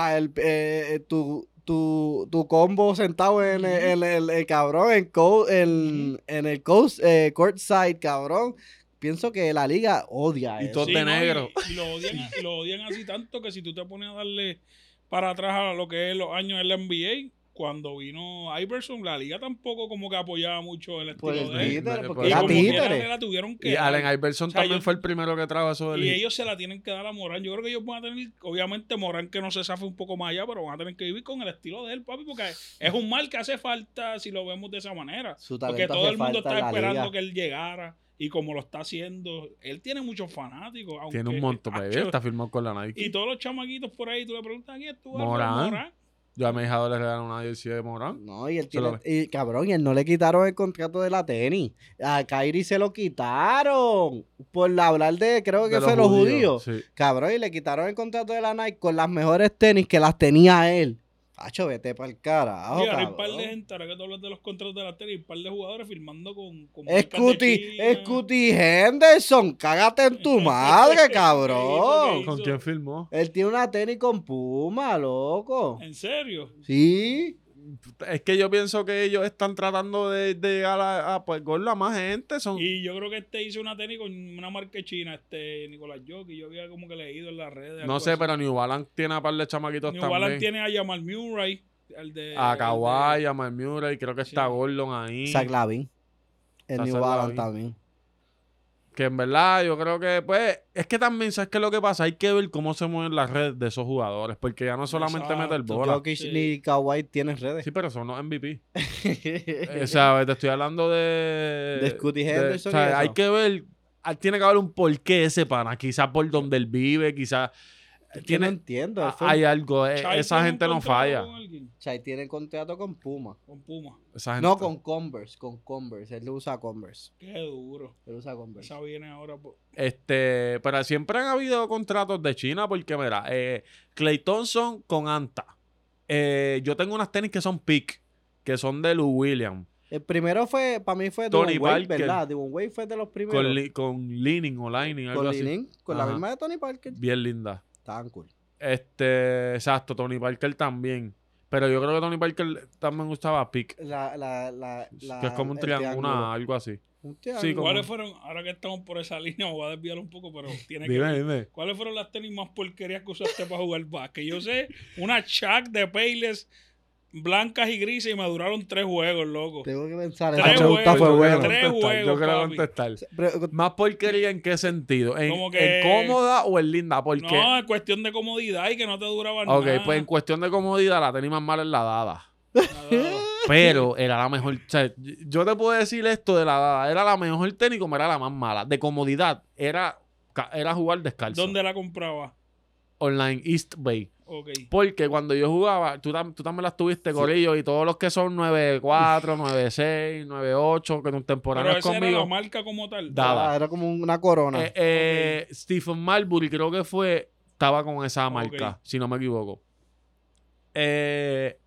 tu combo sentado en el cabrón, en el courtside, cabrón. Pienso que la liga odia Y eso. todo de negro. Y lo odian así tanto que si tú te pones a darle para atrás a lo que es los años en la NBA, cuando vino Iverson, la liga tampoco como que apoyaba mucho el estilo Pues de él. títere, Pues, porque Y era como quiera, títere. la tuvieron que Y dar. Allen Iverson O sea, también fue el primero que trajo eso del Y hit. ellos se la tienen que dar a Morán. Yo creo que ellos van a tener, obviamente Morán que no se zafe un poco más allá, pero van a tener que vivir con el estilo de él, papi, porque es un mal que hace falta si lo vemos de esa manera. Su Porque talento todo hace el mundo falta está en la esperando liga. que él llegara. Y como lo está haciendo, él tiene muchos fanáticos. Tiene un montón, baby. Está firmado con la Nike. Y todos los chamaquitos por ahí, tú le preguntas, ¿quién es tú? Morán. Yo a mi hija le regalé una jersey de Morán. No, y él Se lo tiene, y cabrón, y él no le quitaron el contrato de la tenis. A Kyrie se lo quitaron por hablar de, creo que De fue los judíos. Sí. Cabrón, y le quitaron el contrato de la Nike con las mejores tenis que las tenía él. Hacho, vete para el carajo, Y ahora hay un cabrón. par de gente, ahora que tú hablas de los contratos de la tele, un par de jugadores firmando con marcas de China. Scotty Henderson, cágate en tu madre, cabrón. ¿Con quién filmó? Él tiene una tenis con Puma, loco. ¿En serio? Sí. Es que yo pienso que ellos están tratando de llegar a pues, gordo a más gente. Y yo creo que hizo una tenis con una marca china, Nicolás Jokic. Yo había como que leído en las redes. No sé, pero New Balance tiene a par de chamaquitos New también. Balance tiene a Jamal Murray. A Kawhi, a Mike Murray, creo que está Sí. Gordon ahí. Zach Lavin. El Está New Zach Balance Lavin. también. Que en verdad yo creo que, pues, es que también, ¿sabes qué es lo que pasa? Hay que ver cómo se mueven las redes de esos jugadores, porque ya no solamente Exacto. meter bola. Jokic Sí. ni Kawhi tienen redes. Sí, pero son los MVP. O sea, te estoy hablando De Scotty Henderson o sea, y eso. hay que ver, tiene que haber un porqué ese pana. Quizás por donde él vive, quizás Yo no tiene, entiendo. hay algo. Chai Esa tiene gente un no contrato falla. con alguien, Chai tiene contrato con Puma. con Puma. Esa gente, No, con Converse. Con Converse. Él usa Converse. Qué duro. Él usa Converse. Esa viene ahora. Pero siempre han habido contratos de China, porque mira, Klay Thompson con Anta. Yo tengo unas tenis que son Peak, que son de Lou Williams. El primero fue, para mí fue Tony Devon Wade, Parker. ¿verdad? Devon Wade fue de los primeros. Con Leaning o Lightning, algo Con así. Linin, con la Ajá. misma de Tony Parker. Bien linda. Estaban cool. Exacto, Tony Parker también. Pero yo creo que Tony Parker también usaba Peak, que es como un triángulo, algo así. Un triángulo. Sí, como- ¿Cuáles fueron, ahora que estamos por esa línea, me voy a desviar un poco, pero tiene que Dime, ver. dime. ¿Cuáles fueron las tenis más porquerías que usaste para jugar básquet? Yo sé, una Chuck de Payless blancas y grises y me duraron 3 juegos, loco. Tengo que pensar. Tres Esa pregunta juegos, fue yo buena. creo. 3 Yo juegos, quiero papi. contestar. Pero- ¿Más porquería en qué sentido? Como que- ¿En cómoda o en linda? Porque, No, es cuestión de comodidad y que no te duraban ok, nada. pues en cuestión de comodidad la tenis más mala es la dada. Nada. Pero era la mejor. O sea, yo te puedo decir esto de la dada. Era la mejor tenis como era la más mala. De comodidad era jugar descalzo. ¿Dónde la compraba? Online, East Bay. Ok. Porque cuando yo jugaba, tú también las tuviste, Corillo, y todos los que son 9'4", 9'6", 9'8", que en un Pero temporada esa era la conmigo. marca como tal. Dada. Era como una corona. Stephen Marbury creo que estaba con esa marca, si no me equivoco.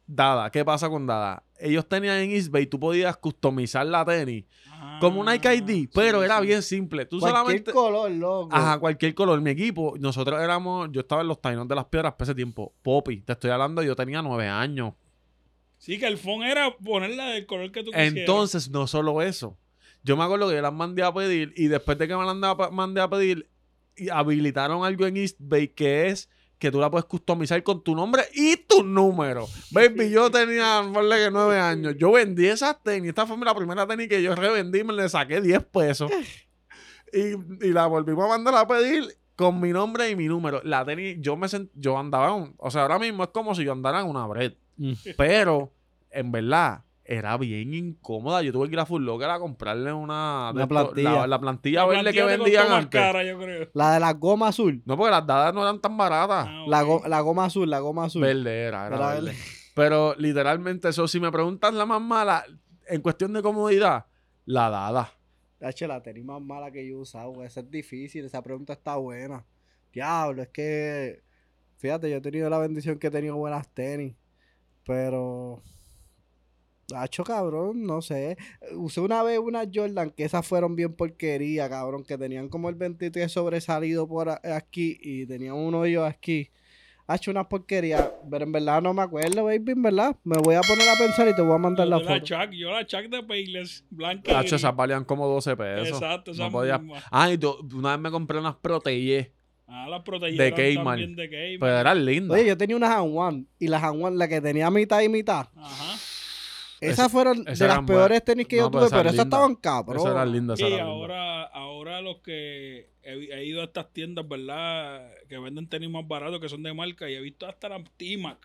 Dada. ¿Qué pasa con Dada? Ellos tenían en Eastbay, tú podías customizar la tenis como un Nike ID, pero era bien simple. Tú Cualquier solamente... color, loco. Ajá, cualquier color. Mi equipo, nosotros éramos... Yo estaba en los Tainons de las Piedras para ese tiempo. Poppy, te estoy hablando, yo tenía 9 años. Sí, que el phone era ponerla del color que tú quisieras. Entonces, no solo eso. Yo me acuerdo que yo las mandé a pedir y después de que me las mandé a pedir, habilitaron algo en Eastbay que es que tú la puedes customizar con tu nombre y tu número. Baby, yo tenía, ponle que 9 años. Yo vendí esas tenis. Esta fue la primera tenis que yo revendí. Me le saqué 10 pesos. Y la volvimos a mandar a pedir con mi nombre y mi número. La tenis, yo andaba, o sea, ahora mismo es como si yo andara en una Bread. Pero, en verdad, era bien incómoda. Yo tuve que ir a Foot Locker a comprarle una plantilla. La plantilla verde que vendían antes. Cara, yo creo. La de la goma azul. No, porque las dadas no eran tan baratas. La goma azul. Verde era verde. verde. Pero literalmente eso, si me preguntas la más mala, en cuestión de comodidad, la dada. La tenis más mala que yo he usado, güey. Esa es difícil, esa pregunta está buena. Diablo, es que... Fíjate, yo he tenido la bendición que he tenido buenas tenis. Pero... Hacho, cabrón, no sé. Usé una vez unas Jordan que esas fueron bien porquería, cabrón. Que tenían como el 23 sobresalido por aquí y tenían un hoyo aquí. Hacho, una porquería. Pero en verdad no me acuerdo, baby, en verdad. Me voy a poner a pensar y te voy a mandar la foto. Yo la Chuck de Payless, blanca. Hacho, esas valían como 12 pesos. Exacto, no podía... y una vez me compré unas Protege. Las proteínas de Kmart. Pero eran lindas. Oye, yo tenía una Han One. Y la Han One, la que tenía mitad y mitad. Ajá. Esas fueron de las peores tenis que yo tuve, pero esas estaban cabrón. Esas eran lindas. Y ahora los que he ido a estas tiendas, ¿verdad? Que venden tenis más baratos, que son de marca, y he visto hasta las T-Mac.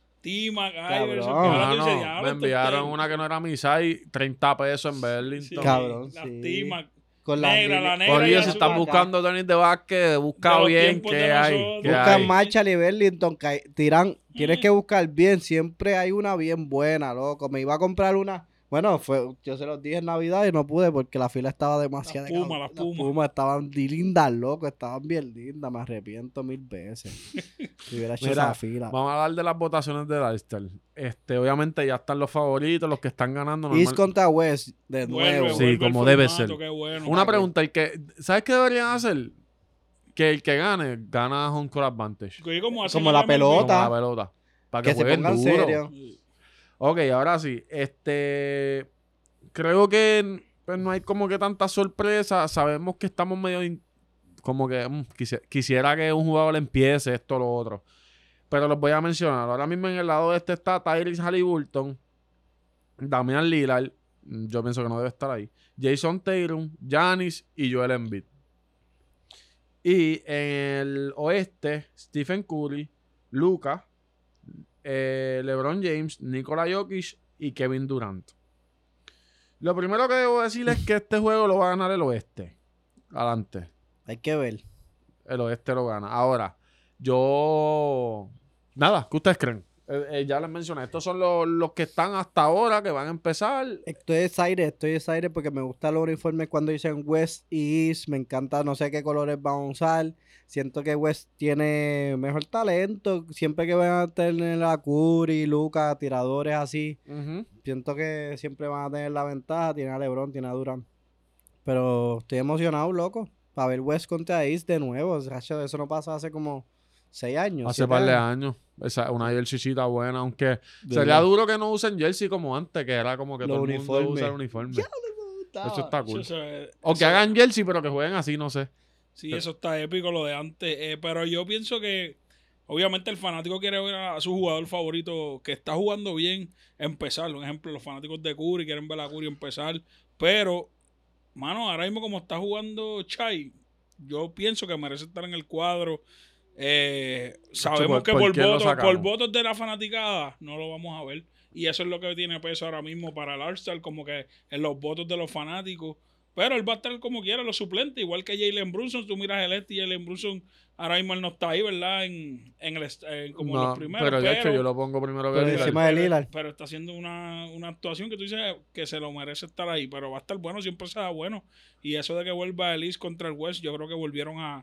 Me enviaron una que no era mi size, 30 pesos en Burlington. Sí, cabrón, las T-Mac. Con la negra. Oye, si están buscando tenis de básquet, busca bien qué hay. Busca Marshall y Burlington, tienes que buscar bien, siempre hay una bien buena, loco. Me iba a comprar una, bueno, yo se los dije en Navidad y no pude porque la fila estaba demasiado. Las Pumas estaban lindas, loco, estaban bien lindas, me arrepiento 1000 veces. Si hubiera hecho esa fila. Vamos a hablar de las votaciones de Lifestyle. Obviamente ya están los favoritos, los que están ganando. East contra West, de nuevo. Sí, como debe ser. Bueno, una pregunta, ¿sabes qué deberían hacer? Que el que gana Home Court Advantage. Como la pelota. Como la pelota. Para que se pongan duro. serio. Ok, ahora sí. Creo que pues, no hay como que tanta sorpresa. Sabemos que estamos medio... como que quisiera que un jugador empiece esto o lo otro. Pero los voy a mencionar. Ahora mismo en el lado este está Tyrese Haliburton, Damian Lillard. Yo pienso que no debe estar ahí. Jason Tatum, Giannis y Joel Embiid. Y en el oeste, Stephen Curry, Luka, LeBron James, Nikola Jokic y Kevin Durant. Lo primero que debo decir es que este juego lo va a ganar el oeste. Adelante. Hay que ver. El oeste lo gana. Ahora, nada, ¿qué ustedes creen? Ya les mencioné. Estos son los que están hasta ahora, que van a empezar. Estoy excited porque me gustan los uniformes cuando dicen West y East. Me encanta, no sé qué colores van a usar. Siento que West tiene mejor talento. Siempre que van a tener a Curry, Luka, tiradores así. Siento que siempre van a tener la ventaja. Tiene a LeBron, tiene a Durant. Pero estoy emocionado, loco. Para ver West contra East de nuevo. Eso no pasa hace como 6 años. Hace par de años. Una jerseycita buena, aunque sería duro que no usen jersey como antes, que era como que todo el mundo usa el uniforme. Ya me gustaba. Eso está cool. O que hagan jersey, pero que jueguen así, no sé. Sí, eso está épico lo de antes. Pero yo pienso que obviamente el fanático quiere ver a su jugador favorito que está jugando bien empezar. Un ejemplo, los fanáticos de Curry quieren ver a Curry empezar. Pero, mano, ahora mismo como está jugando Chai, yo pienso que merece estar en el cuadro. Sabemos que por votos de la fanaticada no lo vamos a ver. Y eso es lo que tiene peso ahora mismo para el All-Star, como que en los votos de los fanáticos. Pero él va a estar como quiera, los suplentes, igual que Jalen Brunson. Tú miras el y Jalen Brunson, ahora mismo él no está ahí, ¿verdad? Como los primeros. Pero de hecho yo lo pongo primero que encima de Lillard. Pero está haciendo una actuación que tú dices que se lo merece estar ahí. Pero va a estar bueno, siempre será bueno. Y eso de que vuelva el East contra el West, yo creo que volvieron a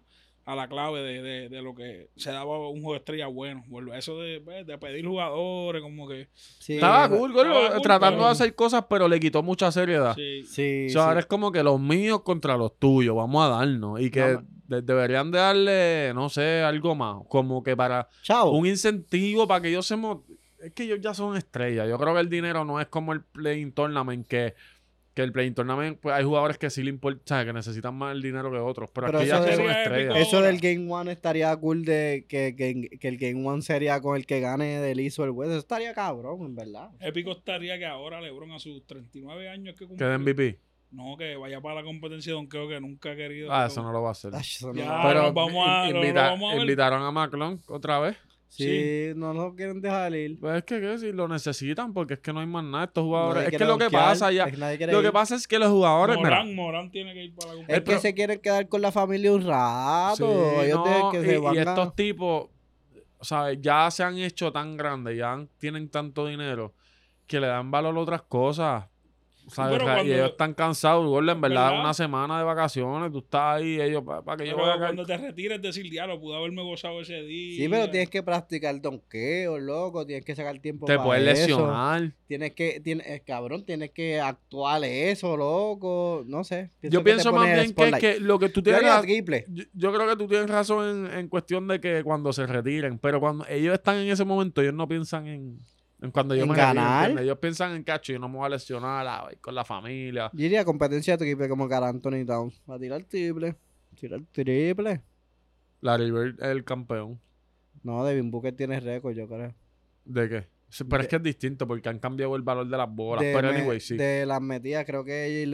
a la clave de lo que se daba un juego de estrella bueno. Eso de pedir jugadores, como que... Sí, Estaba cool, tratando pero- de hacer cosas, pero le quitó mucha seriedad. Sí. Sí, O sea, ahora sí. es como que los míos contra los tuyos, vamos a darnos. Y que deberían de darle, no sé, algo más. Como que para Chao. un incentivo para que ellos se... Es que ellos ya son estrellas. Yo creo que el dinero no es como el Play-in Tournament, que el Play-in Tournament, pues hay jugadores que sí le importa, ¿sabes? Que necesitan más el dinero que otros. Pero Pero aquí eso ya de- son Sería estrellas. épico. Eso Ahora. del Game One estaría cool de que el Game One sería con el que gane del ISO el West. Eso estaría cabrón, en verdad. Épico estaría que ahora LeBron a sus 39 años que Que de cumplió, MVP. no, que vaya para la competencia de donkeo que nunca ha querido. Ah, eso no lo va a hacer. Ay, eso no Ya, lo- Pero nos vamos a- lo vamos a ver. invitaron a McClung otra vez. Sí, no lo quieren dejar ir. Pues es que si lo necesitan, porque es que no hay más nada. Estos jugadores. Nadie Es que quiere lo que donkear, pasa ya. es que nadie quiere Lo que ir. pasa es que los jugadores. Mira, Morán tiene que ir para la Es competencia. que se quieren quedar con la familia un rato. sí, Ellos no, tienen que se y van a- estos tipos, ¿sabes? Ya se han hecho tan grandes, tienen tanto dinero que le dan valor a otras cosas. ¿Sabes? pero O sea, y cuando- ellos están cansados, Gordo, en verdad, ¿Verdad? una semana de vacaciones, tú estás ahí, ellos, para que yo Pero vaya a cuando te retires, decir, diablo, pude haberme gozado ese día. Sí, pero tienes que practicar donqueo, loco. Tienes que sacar tiempo te para puedes eso. lesionar. Cabrón, tienes que actuar eso, loco. No sé. Yo que te pienso más pone bien que es spotlight. que lo que tú Yo tienes haría la- triple. yo creo que tú tienes razón en cuestión de que cuando se retiren, pero cuando ellos están en ese momento, ellos no piensan en cuando yo ¿En me retire, ganar? ¿entiendes? Ellos piensan en cacho, yo no me voy a lesionar, ir con la familia. Yo iría competencia triple como Carl Anthony Towns. Va a tirar triple. Tirar triple. Larry Bird es el campeón. No, Devin Booker tiene récord, yo creo. ¿De qué? Sí, pero es que es distinto porque han cambiado el valor de las bolas. De, Pero me- anyway, sí. de las metidas, creo que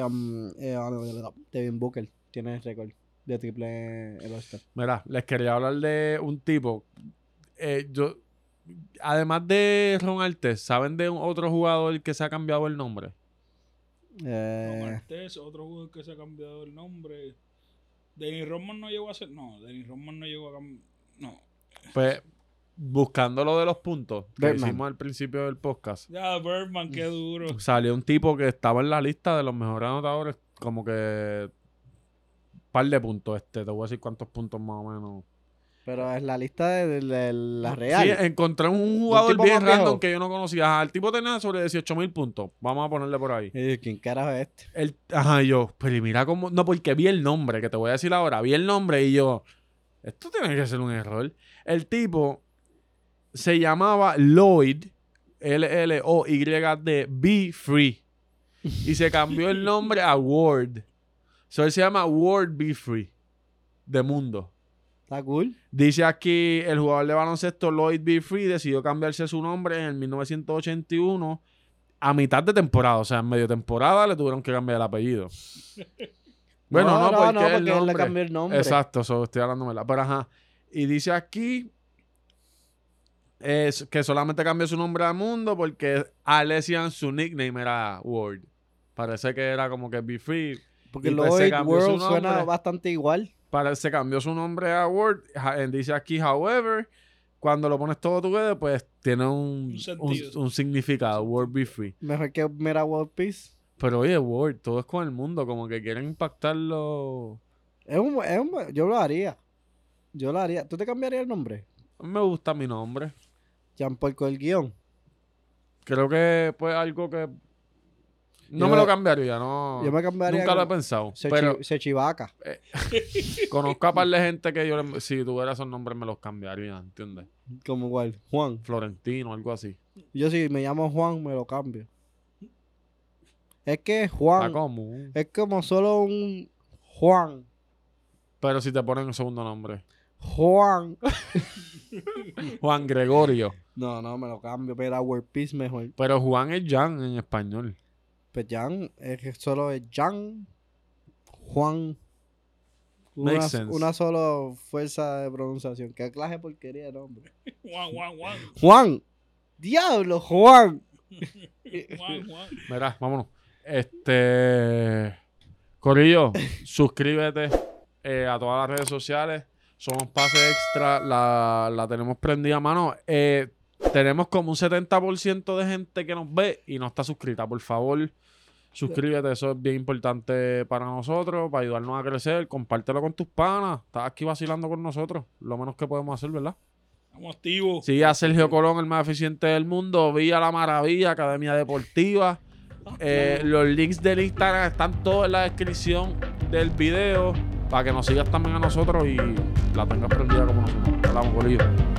Devin Booker tiene récord de triple el All-Star. Mira, les quería hablar de un tipo. Además de Ron Artest, ¿saben de otro jugador que se ha cambiado el nombre? Martés, otro jugador que se ha cambiado el nombre. Dennis Rodman no llegó a ser. No, Dennis Rodman no llegó a cambiar. No. Pues, buscando lo de los puntos que Birdman. hicimos al principio del podcast, Ya, Birdman, qué duro. salió un tipo que estaba en la lista de los mejores anotadores, como que par de puntos. Te voy a decir cuántos puntos más o menos. Pero es la lista de la Real. Sí, encontré un jugador tipo bien más viejo. random que yo no conocía. Ajá, el tipo tenía sobre 18,000 puntos. Vamos a ponerle por ahí. ¿Quién carajo es este? Ajá, y yo, pero mira cómo... No, porque vi el nombre, que te voy a decir ahora. Vi el nombre y yo... Esto tiene que ser un error. El tipo se llamaba Lloyd, Lloyd, Be Free. Y se cambió el nombre a Ward. So, él se llama Ward Be Free. De mundo. Está cool. Dice aquí, el jugador de baloncesto Lloyd Be Free decidió cambiarse su nombre en el 1981 a mitad de temporada. O sea, en medio temporada le tuvieron que cambiar el apellido. Bueno, no, porque, el él le nombre. cambió el nombre. Exacto, estoy hablando de pero ajá. Y dice aquí que solamente cambió su nombre a Mundo porque Alessian, su nickname era Ward. Parece que era como que Be Free. Porque y pues se Lloyd cambió su World suena nombre. bastante igual. Se cambió su nombre a Word. Dice aquí, however, cuando lo pones todo together, pues tiene un sentido. un significado. Word Be Free. Mejor que Mera World Peace. Pero oye, Word, todo es con el mundo. Como que quieren impactarlo. Yo lo haría. Yo lo haría. ¿Tú te cambiarías el nombre? A mí me gusta mi nombre. Jean-Paul el guión. Creo que pues algo que... No Yo- me lo cambiaría, no. Yo me cambiaría. Nunca lo he como pensado. Pero Sechivaca. conozco a par de gente que yo, si tuviera esos nombres, me los cambiaría, ¿entiendes? Como igual. Juan. Florentino, algo así. Yo si me llamo Juan, me lo cambio. Es que Está Juan común. es como solo un Juan. Pero si te ponen un segundo nombre. Juan. Juan Gregorio. No, me lo cambio. Pero World Peace mejor. Pero Juan es Jan en español. Pues Jan, es que solo es Jan, Juan. Makes sense. Una sola fuerza de pronunciación. ¿Qué clase de porquería de nombre? Juan. Juan. Diablo, Juan. Juan. Mira, vámonos. Corillo, suscríbete a todas las redes sociales. Somos Pase Extra. La tenemos prendida, mano. Tenemos como un 70% de gente que nos ve y no está suscrita. Por favor, Suscríbete, eso es bien importante para nosotros, para ayudarnos a crecer. Compártelo con tus panas. Estás aquí vacilando con nosotros. Lo menos que podemos hacer, ¿verdad? Estamos activos. Sigue a Sergio Colón, el más eficiente del mundo. Vía La Maravilla, Academia Deportiva. Los links del Instagram están todos en la descripción del video para que nos sigas también a nosotros y la tengas prendida como nosotros. Hablamos, bolillo.